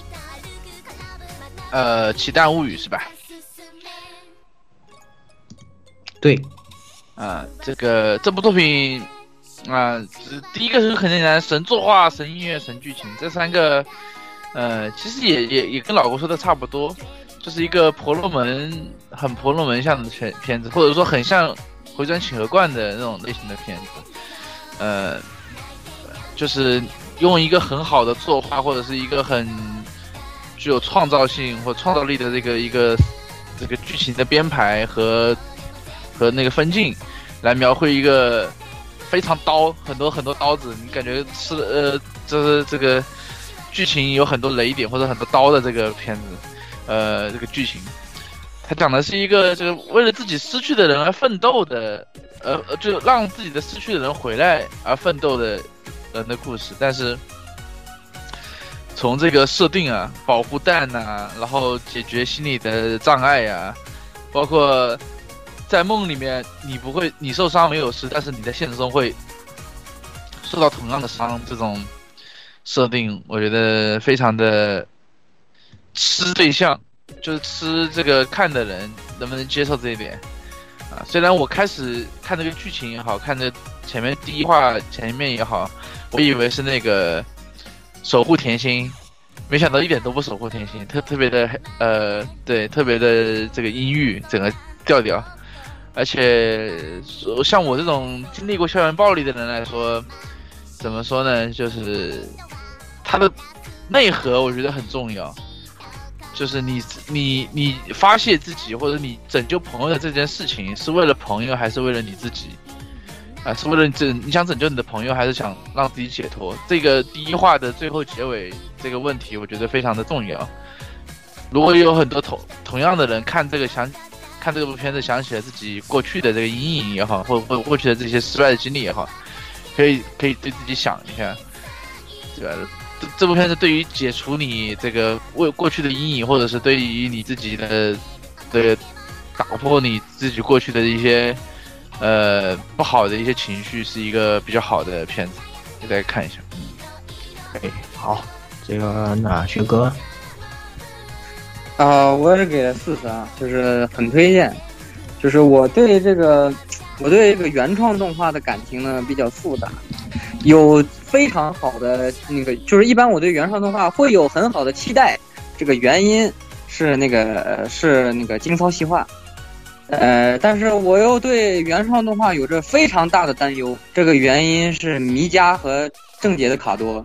呃，奇蛋物语是吧？ 对， 啊，这个这部作品啊、呃，第一个是很简单，神作画、神音乐、神剧情，这三个，呃，其实也也也跟老郭说的差不多，就是一个婆罗门很婆罗门向的片片子，或者说很像回转企鹅罐的那种类型的片子，呃，就是用一个很好的作画或者是一个很具有创造性或创造力的这个一个这个剧情的编排和和那个分镜，来描绘一个非常刀很多很多刀子，你感觉是呃就是这个剧情有很多雷点或者很多刀的这个片子，呃这个剧情，它讲的是一个这个为了自己失去的人而奋斗的，呃就让自己的失去的人回来而奋斗的人的故事，但是从这个设定啊，保护蛋啊，然后解决心理的障碍啊，包括在梦里面你不会你受伤没有事，但是你在现实中会受到同样的伤，这种设定我觉得非常的吃对象，就是吃这个看的人能不能接受这一点啊。虽然我开始看这个剧情也好，看这前面第一话前面也好，我以为是那个守护甜心，没想到一点都不守护甜心，特特别的呃，对，特别的这个阴郁，整个调调。而且像我这种经历过校园暴力的人来说，怎么说呢？就是它的内核，我觉得很重要。就是你你你发泄自己或者你拯救朋友的这件事情，是为了朋友还是为了你自己？啊，是为了拯你想拯救你的朋友，还是想让自己解脱？这个第一话的最后结尾这个问题，我觉得非常的重要。如果有很多同同样的人看这个想看这部片子，想起了自己过去的这个阴影也好，或或过去的这些失败的经历也好，可以可以对自己想一下，对吧？这这部片子对于解除你这个为过去的阴影，或者是对于你自己的这个打破你自己过去的一些。呃，不好的一些情绪是一个比较好的片子，给大家看一下。 哎，好，这个那学哥， 啊、呃，我也是给了四分啊，就是很推荐。就是我对这个，我对这个原创动画的感情呢比较复杂，有非常好的那个，就是一般我对原创动画会有很好的期待，这个原因是那个是那个精骚细化。呃，但是我又对原创动画有着非常大的担忧，这个原因是迷家和正解的卡多。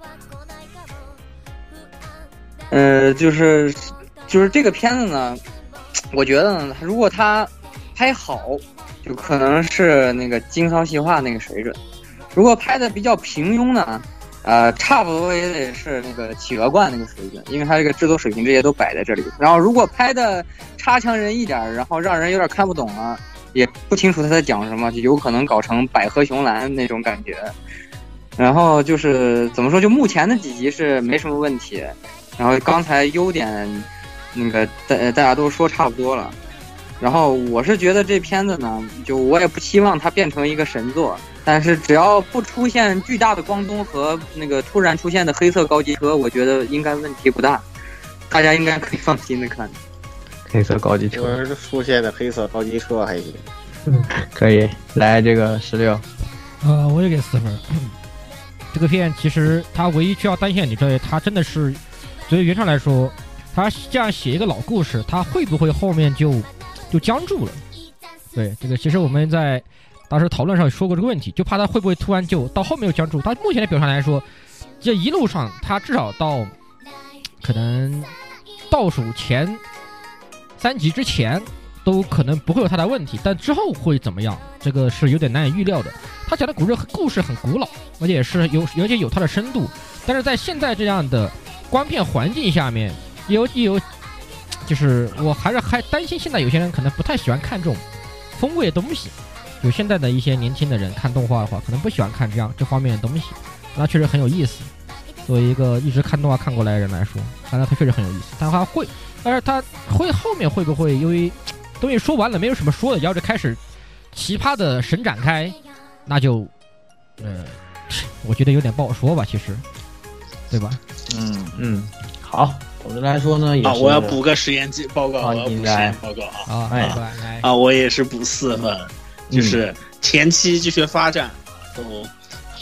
呃，就是就是这个片子呢，我觉得呢，如果他拍好，就可能是那个精骚细化那个水准；如果拍的比较平庸呢，呃，差不多也得是那个企鹅罐那个水准，因为他这个制作水平这些都摆在这里。然后如果拍的差强人一点，然后让人有点看不懂了，也不清楚他在讲什么，就有可能搞成百合熊蓝那种感觉。然后就是怎么说，就目前的几集是没什么问题。然后刚才优点那个大大家都说差不多了。然后我是觉得这片子呢，就我也不期望它变成一个神作，但是只要不出现巨大的光东和那个突然出现的黑色高级车，我觉得应该问题不大，大家应该可以放心的看。 黑色高级车， 出现的黑色高级车还行， 嗯，可以来这个十六， 呃，我也给四分。这个片其实它唯一需要担心的就是它真的是，作为原创来说，它这样写一个老故事，它会不会后面就就僵住了？对，这个其实我们在当时讨论上说过这个问题，就怕它会不会突然就到后面又僵住。它目前的表现来说，这一路上它至少到可能倒数前三集之前都可能不会有太大问题，但之后会怎么样，这个是有点难以预料的。他讲的故事故事很古老，而且是有而且有它的深度，但是在现在这样的观片环境下面，有有就是我还是还担心现在有些人可能不太喜欢看这种风味的东西，就现在的一些年轻的人看动画的话，可能不喜欢看这样这方面的东西，那确实很有意思。作为一个一直看动画看过来的人来说，当然它确实很有意思，但它会，但是它会后面会不会因为东西说完了没有什么说的，然后就开始奇葩的神展开，那就呃我觉得有点不好说吧，其实对吧？ 嗯嗯，好，总的来说呢也是啊，我要补个实验记报告， 啊、 我要补实验报告啊啊， 哎来啊，我也是补四分， 嗯、 就是前期这些发展都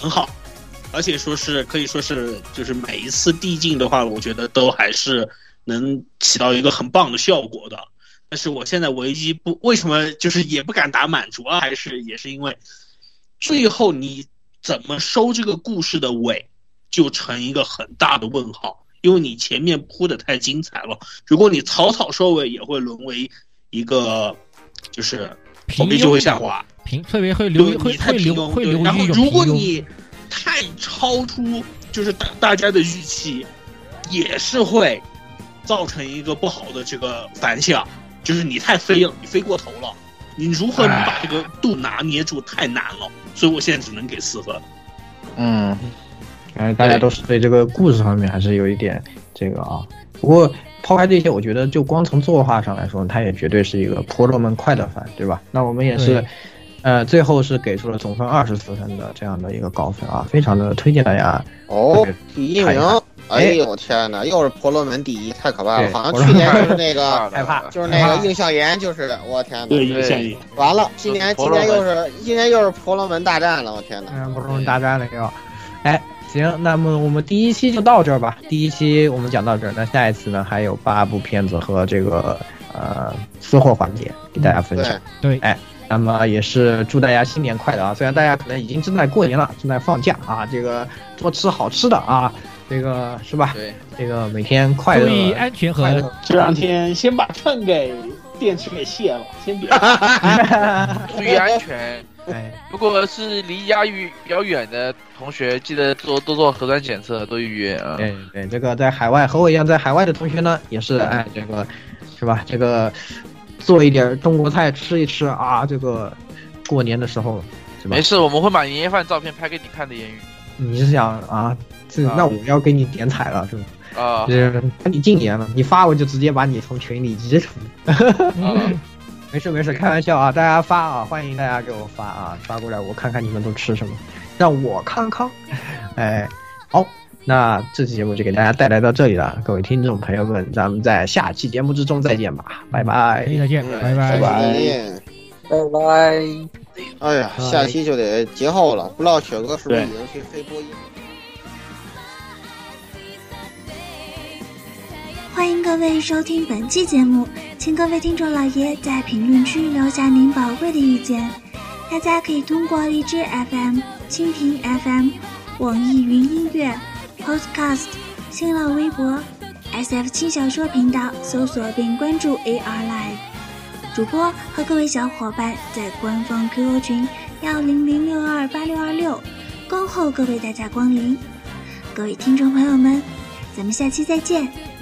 很好，而且说是可以说是就是每一次递进的话，我觉得都还是能起到一个很棒的效果的。但是我现在唯一不为什么就是也不敢打满，主要还是也是因为最后你怎么收这个故事的尾，就成一个很大的问号，因为你前面铺的太精彩了，如果你草草收尾，也会沦为一个就是口碑就会下滑， 平特别会流会会流会流。 然后如果你太超出就是大大家的预期，也是会造成一个不好的这个反响。就是你太飞了，你飞过头了，你如何能把这个度拿捏住太难了，所以我现在只能给四分。 嗯，哎，大家都是对这个故事方面还是有一点这个啊。不过抛开这些，我觉得就光从作画上来说，它也绝对是一个婆罗门快乐番，对吧？那我们也是，呃，最后是给出了总分二十四分的这样的一个高分啊，非常的推荐大家。 哦，第一名。哎呦天哪，又是婆罗门第一，太可怕了！好像去年就是那个害怕， 就是那个映像岩，就是我天哪， 对映像岩完了，今年今年又是今年又是婆罗门大战了，我天哪！ 嗯，婆罗门大战了又。哎，行，那么我们第一期就到这儿吧。第一期我们讲到这儿，那下一次呢还有八部片子和这个呃私货环节给大家分享。 对， 哎。那么也是祝大家新年快乐啊！虽然大家可能已经正在过年了，正在放假啊，这个多吃好吃的啊，这个是吧？ 对， 这个每天快乐， 注意安全和这两天先把秤给电池给卸了，先别注意安全。 哎， 如果是离家比较远的同学，记得做多做核酸检测，多预约啊。 对对，这个在海外和我一样在海外的同学呢，也是哎，这个是吧？这个。做一点中国菜吃一吃啊！这个过年的时候，是吧？ 没事，我们会把年夜饭照片拍给你看的。言语， 你是想啊？这那我要给你点彩了，是吧？ 啊， 就是你禁言了，你发我就直接把你从群里移除。没事没事，开玩笑啊！大家发啊，欢迎大家给我发啊，发过来我看看你们都吃什么，让我康康。哎，好。那这期节目就给大家带来到这里了，各位听众朋友们，咱们在下期节目之中再见吧，拜拜， 再见，拜拜， 拜拜， 拜拜。 哎呀，下期就得节后了，不知道雪哥是不是已经去飞播音？ 欢迎各位收听本期节目，请各位听众老爷在评论区留下您宝贵的意见。大家可以通过荔枝 F M、蜻蜓 F M、网易云音乐、Podcast、新浪微博、S F 轻小说频道搜索并关注 A R Live。主播和各位小伙伴在官方 Q Q 群幺零零六二八六二六恭候各位大驾光临。各位听众朋友们，咱们下期再见。